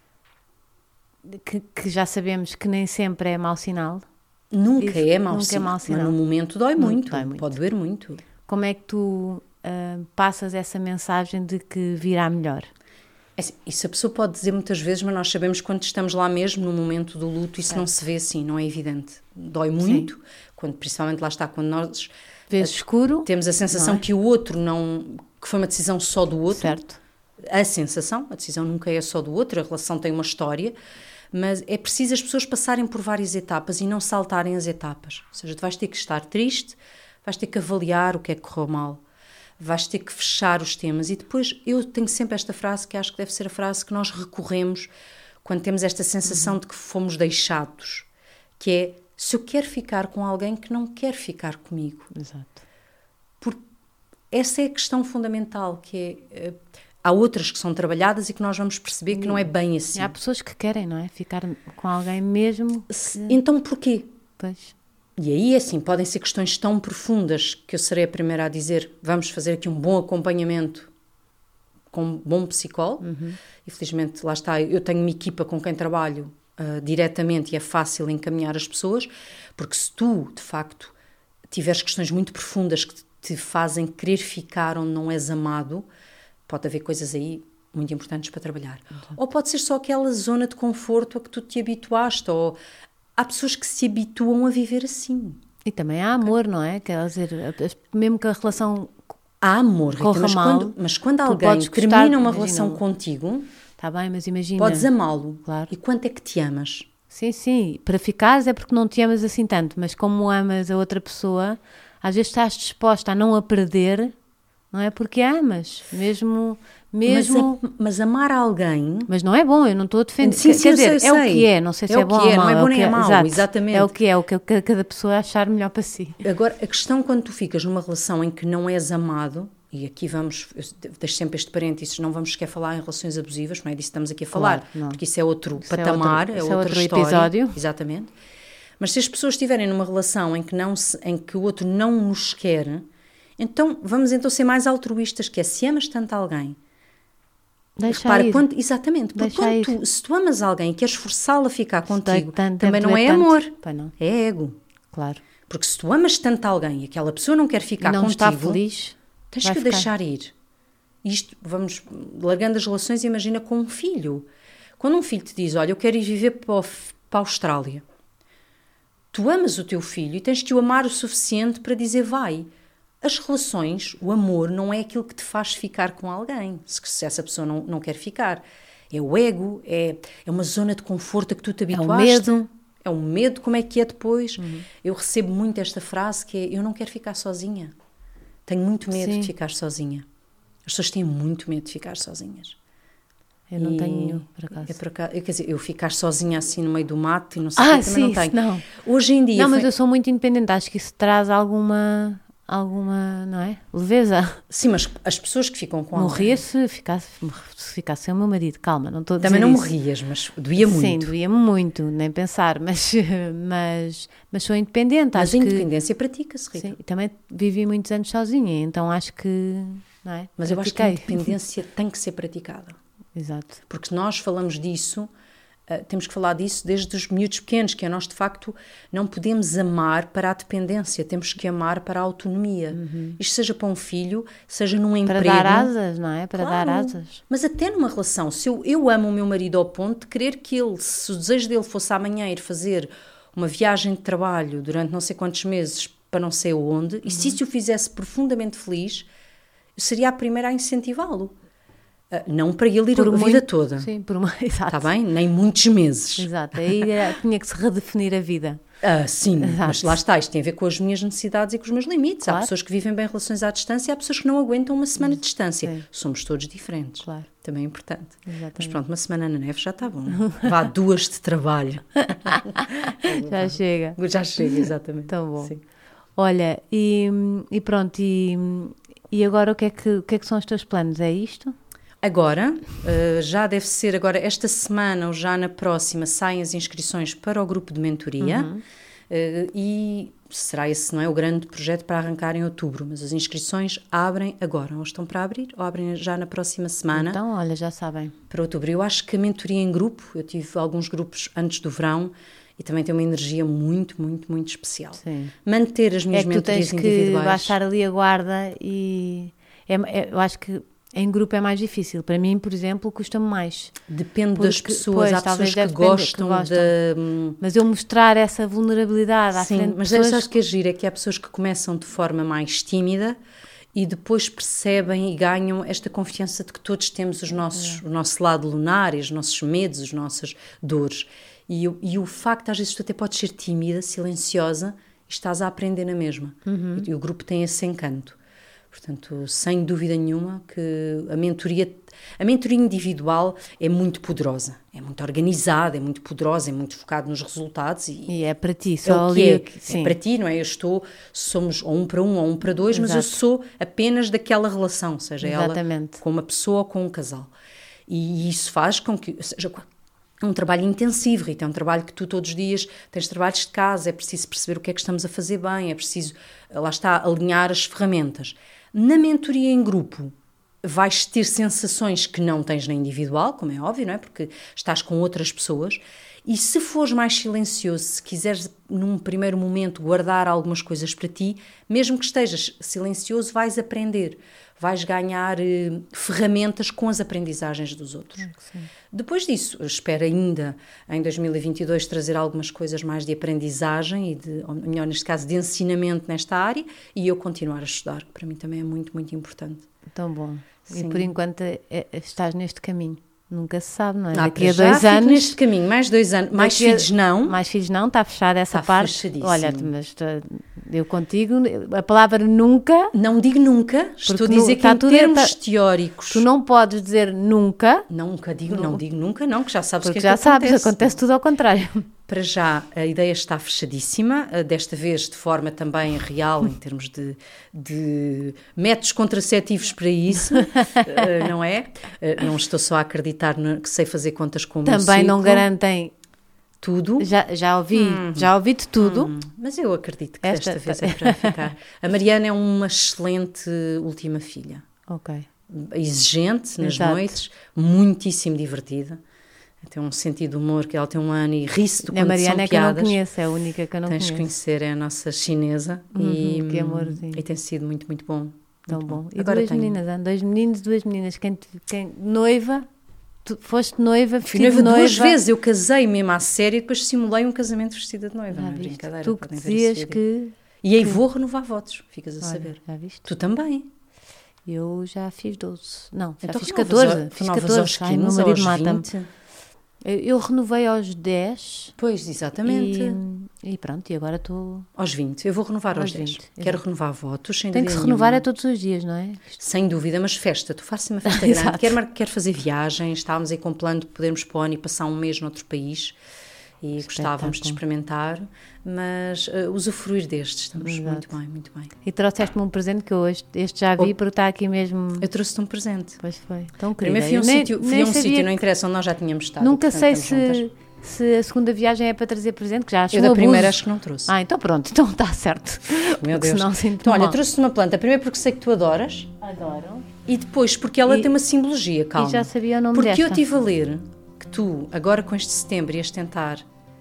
Speaker 1: que, que já sabemos que nem sempre é mau sinal.
Speaker 2: Nunca,
Speaker 1: Isso,
Speaker 2: é, mau
Speaker 1: nunca
Speaker 2: sinal,
Speaker 1: é mau sinal.
Speaker 2: Mas no momento dói muito,
Speaker 1: dói muito.
Speaker 2: Pode doer muito.
Speaker 1: Como é que tu uh, passas essa mensagem de que virá melhor?
Speaker 2: Isso a pessoa pode dizer muitas vezes, mas nós sabemos que quando estamos lá mesmo no momento do luto, isso é. Não se vê assim, não é evidente. Dói muito, quando, principalmente lá está, quando nós
Speaker 1: Vês escuro,
Speaker 2: temos a sensação é? Que o outro não, que foi uma decisão só do outro.
Speaker 1: Certo.
Speaker 2: A sensação, a decisão nunca é só do outro, a relação tem uma história, mas é preciso as pessoas passarem por várias etapas e não saltarem as etapas. Ou seja, tu vais ter que estar triste, vais ter que avaliar o que é que correu mal, vais ter que fechar os temas e depois eu tenho sempre esta frase que acho que deve ser a frase que nós recorremos quando temos esta sensação uhum. de que fomos deixados, que é, se eu quero ficar com alguém que não quer ficar comigo.
Speaker 1: Exato.
Speaker 2: Porque essa é a questão fundamental, que é, uh, há outras que são trabalhadas e que nós vamos perceber que não é bem assim.
Speaker 1: Há pessoas que querem, não é? Ficar com alguém mesmo que...
Speaker 2: Então porquê?
Speaker 1: Pois...
Speaker 2: E aí, assim, podem ser questões tão profundas que eu serei a primeira a dizer, vamos fazer aqui um bom acompanhamento com um bom psicólogo. Uhum. E felizmente, lá está, eu tenho uma equipa com quem trabalho uh, diretamente e é fácil encaminhar as pessoas, porque se tu, de facto, tiveres questões muito profundas que te fazem querer ficar onde não és amado, pode haver coisas aí muito importantes para trabalhar. Uhum. Ou pode ser só aquela zona de conforto a que tu te habituaste, ou... Há pessoas que se habituam a viver assim.
Speaker 1: E também há amor, não é? Quer dizer, mesmo que a relação
Speaker 2: há amor, Rita, mas,
Speaker 1: mal,
Speaker 2: quando, mas quando alguém termina uma imagina, relação contigo,
Speaker 1: está bem, mas imagina,
Speaker 2: podes amá-lo.
Speaker 1: Claro.
Speaker 2: E quanto é que te amas?
Speaker 1: Sim, sim. Para ficares é porque não te amas assim tanto, mas como amas a outra pessoa, às vezes estás disposta a não a perder, não é? Porque amas, mesmo... Mesmo...
Speaker 2: Mas, a, mas amar alguém...
Speaker 1: Mas não é bom, eu não estou a defender.
Speaker 2: Sim, sim,
Speaker 1: Quer dizer,
Speaker 2: sei,
Speaker 1: é
Speaker 2: sei.
Speaker 1: O que é, não sei se
Speaker 2: é,
Speaker 1: é bom ou
Speaker 2: é,
Speaker 1: mau.
Speaker 2: Não é bom nem
Speaker 1: é,
Speaker 2: é mau,
Speaker 1: exato.
Speaker 2: exatamente.
Speaker 1: É o que é, o que cada pessoa achar melhor para si.
Speaker 2: Agora, a questão quando tu ficas numa relação em que não és amado, e aqui vamos, eu deixo sempre este parênteses, não vamos sequer falar em relações abusivas, não é disso que estamos aqui a falar, claro, porque isso é outro
Speaker 1: isso
Speaker 2: patamar,
Speaker 1: é outro,
Speaker 2: é,
Speaker 1: é
Speaker 2: outra
Speaker 1: outro
Speaker 2: história.
Speaker 1: Episódio.
Speaker 2: Exatamente. Mas se as pessoas estiverem numa relação em que, não se, em que o outro não nos quer, então vamos então ser mais altruístas, que é, se amas tanto alguém,
Speaker 1: Deixa
Speaker 2: repara,
Speaker 1: ir.
Speaker 2: quando, exatamente, porque quando tu, se tu amas alguém e queres forçá-lo a ficar contigo, também não é amor,
Speaker 1: não.
Speaker 2: é ego.
Speaker 1: Claro.
Speaker 2: Porque se tu amas tanto alguém e aquela pessoa não quer ficar
Speaker 1: não
Speaker 2: contigo,
Speaker 1: está feliz,
Speaker 2: tens que
Speaker 1: ficar.
Speaker 2: deixar ir. Isto, vamos largando as relações, imagina com um filho. Quando um filho te diz, olha, eu quero ir viver para, o, para a Austrália, tu amas o teu filho e tens que o amar o suficiente para dizer vai. As relações, o amor, não é aquilo que te faz ficar com alguém, se, se essa pessoa não, não quer ficar. É o ego, é, é uma zona de conforto a que tu te habituaste.
Speaker 1: É o medo.
Speaker 2: É o medo, como é que é depois.
Speaker 1: Uhum.
Speaker 2: Eu recebo muito esta frase que é, eu não quero ficar sozinha. Tenho muito medo Sim. de ficar sozinha. As pessoas têm muito medo de ficar sozinhas.
Speaker 1: Eu não
Speaker 2: e
Speaker 1: tenho nenhum, por acaso.
Speaker 2: É por acaso. Eu, quer dizer, eu ficar sozinha assim no meio do mato e não sei
Speaker 1: ah,
Speaker 2: o que,
Speaker 1: sim,
Speaker 2: também não tenho.
Speaker 1: Não.
Speaker 2: Hoje em dia...
Speaker 1: Não, mas
Speaker 2: foi...
Speaker 1: eu sou muito independente, acho que isso traz alguma... alguma, não é? Leveza.
Speaker 2: Sim, mas as pessoas que ficam com
Speaker 1: Morria se ficasse, se ficasse sem o meu marido, calma, não estou a dizer
Speaker 2: Também não
Speaker 1: isso.
Speaker 2: morrias, mas doía muito.
Speaker 1: Sim, doía-me muito, nem pensar, mas, mas, mas sou independente.
Speaker 2: Mas
Speaker 1: acho
Speaker 2: a
Speaker 1: que,
Speaker 2: independência pratica-se, Rita.
Speaker 1: sim, também vivi muitos anos sozinha, então acho que, não é?
Speaker 2: Mas eu acho que a independência tem que ser praticada.
Speaker 1: Exato.
Speaker 2: Porque nós falamos disso, uh, temos que falar disso desde os miúdos pequenos, que é nós de facto não podemos amar para a dependência, temos que amar para a autonomia. Uhum. Isto seja para um filho, seja num
Speaker 1: para
Speaker 2: emprego.
Speaker 1: Para dar asas, não é? Para
Speaker 2: claro,
Speaker 1: dar asas.
Speaker 2: Mas até numa relação, se eu, eu amo o meu marido ao ponto de querer que ele, se o desejo dele fosse amanhã ir fazer uma viagem de trabalho durante não sei quantos meses para não sei onde, uhum. e se isso o fizesse profundamente feliz, eu seria a primeira a incentivá-lo. Não para ele ir por a muito, vida toda.
Speaker 1: Sim, por uma, exato.
Speaker 2: Está bem? Nem muitos meses.
Speaker 1: Exato, aí tinha que se redefinir a vida.
Speaker 2: Ah, sim, exato. Mas lá está, isto tem a ver com as minhas necessidades e com os meus limites. Claro. Há pessoas que vivem bem relações à distância e há pessoas que não aguentam uma semana de distância. Sim. Somos todos diferentes.
Speaker 1: Claro.
Speaker 2: Também é importante.
Speaker 1: Exatamente.
Speaker 2: Mas pronto, uma semana na neve já está bom. Vá duas de trabalho.
Speaker 1: Já chega.
Speaker 2: Já chega, exatamente.
Speaker 1: Tão bom.
Speaker 2: Sim.
Speaker 1: Olha, e, e pronto, e, e agora o que, é que, o que é que são os teus planos? É isto?
Speaker 2: Agora, uh, já deve ser agora, esta semana ou já na próxima, saem as inscrições para o grupo de mentoria uhum. uh, e será esse, não é, o grande projeto para arrancar em outubro, mas as inscrições abrem agora, ou estão para abrir, ou abrem já na próxima semana.
Speaker 1: Então, olha, já sabem.
Speaker 2: Para outubro. Eu acho que a mentoria em grupo, eu tive alguns grupos antes do verão, e também tem uma energia muito, muito, muito especial.
Speaker 1: Sim.
Speaker 2: Manter as minhas
Speaker 1: é que
Speaker 2: mentorias
Speaker 1: tu tens
Speaker 2: individuais.
Speaker 1: Que baixar ali a guarda e é, é, eu acho que em grupo é mais difícil. Para mim, por exemplo, custa-me mais.
Speaker 2: Depende
Speaker 1: porque,
Speaker 2: das pessoas.
Speaker 1: Pois,
Speaker 2: há pessoas que gostam,
Speaker 1: que gostam
Speaker 2: de...
Speaker 1: Mas eu mostrar essa vulnerabilidade à
Speaker 2: Sim,
Speaker 1: frente de
Speaker 2: mas
Speaker 1: pessoas...
Speaker 2: acho que é giro, é que há pessoas que começam de forma mais tímida e depois percebem e ganham esta confiança de que todos temos os nossos, é. o nosso lado lunar, os nossos medos, as nossas dores. E, e o facto, às vezes, tu até podes ser tímida, silenciosa, e estás a aprender na mesma. Uhum. E, e o grupo tem esse encanto. Portanto, sem dúvida nenhuma que a mentoria, a mentoria individual é muito poderosa, é muito organizada, é muito poderosa, é muito focada nos resultados. E,
Speaker 1: e é para ti, só
Speaker 2: é o
Speaker 1: ali.
Speaker 2: Que é. Sim. É para ti, não é? Eu estou, somos ou um para um ou um para dois,
Speaker 1: Exato.
Speaker 2: Mas eu sou apenas daquela relação, seja
Speaker 1: Exatamente.
Speaker 2: ela com uma pessoa ou com um casal. E isso faz com que, seja, é um trabalho intensivo, Rita, é um trabalho que tu todos os dias tens trabalhos de casa, é preciso perceber o que é que estamos a fazer bem, é preciso, lá está, alinhar as ferramentas. Na mentoria em grupo, vais ter sensações que não tens na individual, como é óbvio, não é? Porque estás com outras pessoas. E se fores mais silencioso, se quiseres num primeiro momento guardar algumas coisas para ti, mesmo que estejas silencioso, vais aprender, vais ganhar eh, ferramentas com as aprendizagens dos outros.
Speaker 1: Sim.
Speaker 2: Depois disso, eu espero ainda em dois mil e vinte e dois trazer algumas coisas mais de aprendizagem e de, ou melhor, neste caso, de ensinamento nesta área e eu continuar a estudar, que para mim também é muito, muito importante.
Speaker 1: Tão bom.
Speaker 2: Sim.
Speaker 1: E por enquanto é, é, estás neste caminho. Nunca se sabe, não é?
Speaker 2: Ah,
Speaker 1: Daqui a
Speaker 2: já
Speaker 1: dois
Speaker 2: fico
Speaker 1: anos.
Speaker 2: neste caminho, mais dois anos. Mais filhos não.
Speaker 1: Mais filhos não, está fechada essa
Speaker 2: está
Speaker 1: parte.
Speaker 2: Fechadíssimo.
Speaker 1: Olha, mas eu contigo, a palavra nunca.
Speaker 2: Não digo nunca, estou a dizer que em termos
Speaker 1: tá,
Speaker 2: teóricos.
Speaker 1: Tu não podes dizer nunca.
Speaker 2: Nunca digo, não, não digo nunca, não, que já sabes o que é que
Speaker 1: já
Speaker 2: acontece.
Speaker 1: sabes, acontece tudo ao contrário.
Speaker 2: Para já, a ideia está fechadíssima, desta vez de forma também real, em termos de, de métodos contraceptivos para isso, não é? Não estou só a acreditar no, que sei fazer contas com o meu
Speaker 1: Também
Speaker 2: ciclo.
Speaker 1: Não garantem
Speaker 2: tudo.
Speaker 1: Já, já ouvi, hum, já ouvi de tudo.
Speaker 2: Hum, mas eu acredito que
Speaker 1: Esta,
Speaker 2: desta vez é para ficar. A Mariana é uma excelente última filha.
Speaker 1: Ok.
Speaker 2: Exigente nas
Speaker 1: Exato.
Speaker 2: noites, muitíssimo divertida. Tem um sentido de humor, que ela tem um ano e ri-se quando
Speaker 1: a Mariana
Speaker 2: são
Speaker 1: é
Speaker 2: piadas.
Speaker 1: que eu não conheço, é a única que eu não
Speaker 2: Tens
Speaker 1: conheço.
Speaker 2: de conhecer, é a nossa chinesa.
Speaker 1: Uhum,
Speaker 2: e,
Speaker 1: que amorzinho.
Speaker 2: E tem sido muito, muito bom.
Speaker 1: Tão
Speaker 2: muito
Speaker 1: bom.
Speaker 2: bom.
Speaker 1: E
Speaker 2: Agora
Speaker 1: duas
Speaker 2: tenho...
Speaker 1: meninas, hein? dois meninos e duas meninas. Quem, quem, noiva, tu foste noiva,
Speaker 2: Fui noiva,
Speaker 1: noiva
Speaker 2: duas vezes. Eu casei mesmo à série e depois simulei um casamento vestida de noiva.
Speaker 1: Já
Speaker 2: não é
Speaker 1: viste?
Speaker 2: brincadeira.
Speaker 1: Tu que dizias que...
Speaker 2: E aí
Speaker 1: que...
Speaker 2: vou renovar votos, ficas a
Speaker 1: Olha,
Speaker 2: saber.
Speaker 1: Já viste?
Speaker 2: Tu também.
Speaker 1: Eu já fiz doze. Não, já
Speaker 2: então,
Speaker 1: fiz catorze.
Speaker 2: Ao,
Speaker 1: fiz catorze.
Speaker 2: Aos quinze,
Speaker 1: Ai, meu marido mata-me.
Speaker 2: vinte.
Speaker 1: Eu renovei aos dez.
Speaker 2: Pois, exatamente.
Speaker 1: E, e pronto, e agora estou...
Speaker 2: Aos vinte. Eu vou renovar aos, aos dez. vinte. Quero exato. Renovar votos, sem
Speaker 1: Tem
Speaker 2: dúvida
Speaker 1: que se renovar
Speaker 2: nenhuma.
Speaker 1: é todos os dias, não é?
Speaker 2: Sem dúvida, mas festa. Tu fazes uma festa grande. Quero, quero fazer viagens. Estávamos aí com o plano de podermos para o ano e passar um mês noutro país. e gostávamos de experimentar, mas uh, usufruir destes, estamos Exato. muito bem, muito bem.
Speaker 1: E trouxeste-me um presente que eu hoje, este já vi, oh, porque está aqui mesmo...
Speaker 2: Eu trouxe-te um presente.
Speaker 1: Pois foi, tão querida.
Speaker 2: Primeiro fui a um
Speaker 1: nem,
Speaker 2: sítio, fui a um sítio, não interessa, onde nós já tínhamos estado.
Speaker 1: Nunca sei se, se a segunda viagem é para trazer presente, que já acho
Speaker 2: Eu
Speaker 1: um
Speaker 2: da
Speaker 1: abuso.
Speaker 2: primeira acho que não trouxe.
Speaker 1: Ah, então pronto, então está certo.
Speaker 2: Meu Deus.
Speaker 1: Senão sinto
Speaker 2: então, olha,
Speaker 1: mal.
Speaker 2: eu trouxe-te uma planta, primeiro porque sei que tu adoras.
Speaker 1: Adoro.
Speaker 2: E depois porque ela
Speaker 1: e,
Speaker 2: tem uma simbologia, calma.
Speaker 1: E já sabia o nome
Speaker 2: porque
Speaker 1: desta.
Speaker 2: Porque eu estive a ler que tu, agora com este setembro, ias tentar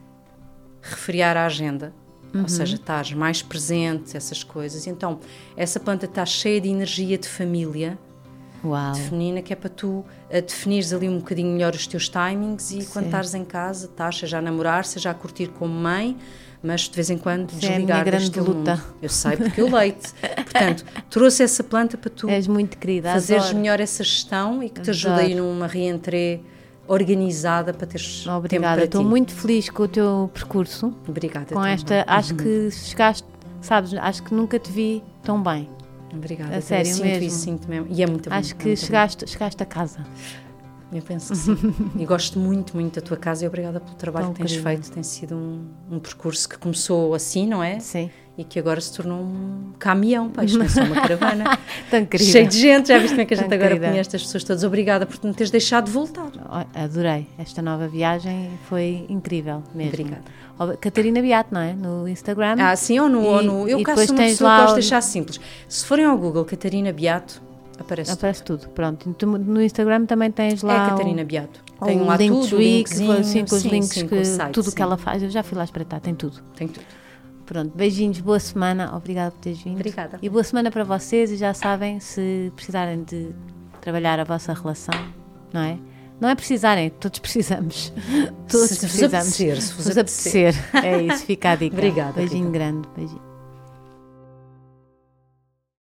Speaker 2: refriar a agenda, uhum. ou seja, estás mais presente, essas coisas. Então, essa planta está cheia de energia de família,
Speaker 1: Uau.
Speaker 2: de feminina, que é para tu a definires ali um bocadinho melhor os teus timings e Sim. quando estás em casa, estás seja a namorar, seja a curtir como mãe, mas de vez em quando
Speaker 1: Sim,
Speaker 2: desligar
Speaker 1: é
Speaker 2: deste teu
Speaker 1: luta.
Speaker 2: mundo. Eu sei, porque eu leite. Portanto, trouxe essa planta para tu
Speaker 1: És muito querida,
Speaker 2: fazeres
Speaker 1: adoro.
Speaker 2: melhor essa gestão e que te
Speaker 1: Adoro.
Speaker 2: ajude aí numa reentrée organizada para teres
Speaker 1: Obrigada,
Speaker 2: tempo para
Speaker 1: estou
Speaker 2: ti.
Speaker 1: muito feliz com o teu percurso.
Speaker 2: Obrigada.
Speaker 1: Com esta,
Speaker 2: também.
Speaker 1: acho que chegaste, sabes, acho que nunca te vi tão bem.
Speaker 2: Obrigada.
Speaker 1: A sério
Speaker 2: sinto
Speaker 1: mesmo.
Speaker 2: Isso, sinto mesmo. E é muito bom.
Speaker 1: Acho que
Speaker 2: muito
Speaker 1: chegaste, chegaste a casa.
Speaker 2: Eu penso que sim. E gosto muito, muito da tua casa e obrigada pelo trabalho
Speaker 1: Tão
Speaker 2: que tens
Speaker 1: querida.
Speaker 2: feito. Tem sido um, um percurso que começou assim, não é?
Speaker 1: Sim.
Speaker 2: E que agora se tornou um caminhão, peixe, não é só uma caravana.
Speaker 1: Tão querida.
Speaker 2: Cheio de gente, já viste como é que a gente
Speaker 1: Tão
Speaker 2: agora
Speaker 1: querida.
Speaker 2: conhece as pessoas todas. Obrigada por me teres deixado de voltar.
Speaker 1: Adorei. Esta nova viagem foi incrível mesmo.
Speaker 2: Obrigada.
Speaker 1: Catarina Beato, não é? No Instagram.
Speaker 2: Ah, sim, ou no...
Speaker 1: E,
Speaker 2: ou no eu caso uma pessoa que gosto de deixar simples. Se forem ao Google, Catarina Beato, aparece,
Speaker 1: aparece tudo. tudo. Pronto. No Instagram também tens lá...
Speaker 2: É Catarina Beato.
Speaker 1: Tem
Speaker 2: lá
Speaker 1: link
Speaker 2: tudo,
Speaker 1: tree, que, sim, com os
Speaker 2: sim,
Speaker 1: links,
Speaker 2: sim,
Speaker 1: que,
Speaker 2: com o site,
Speaker 1: tudo o
Speaker 2: sim.
Speaker 1: que ela faz. Eu já fui lá espreitar, tem tudo.
Speaker 2: Tem tudo.
Speaker 1: Pronto, beijinhos, boa semana, obrigada por teres vindo.
Speaker 2: Obrigada.
Speaker 1: E boa semana para vocês e já sabem, se precisarem de trabalhar a vossa relação, não é? Não é precisarem, todos precisamos. Todos
Speaker 2: se
Speaker 1: precisamos.
Speaker 2: Vos apetecer, se vos
Speaker 1: apetecer. É isso, fica a dica.
Speaker 2: Obrigada.
Speaker 1: Beijinho
Speaker 2: Rita.
Speaker 1: grande, beijinho.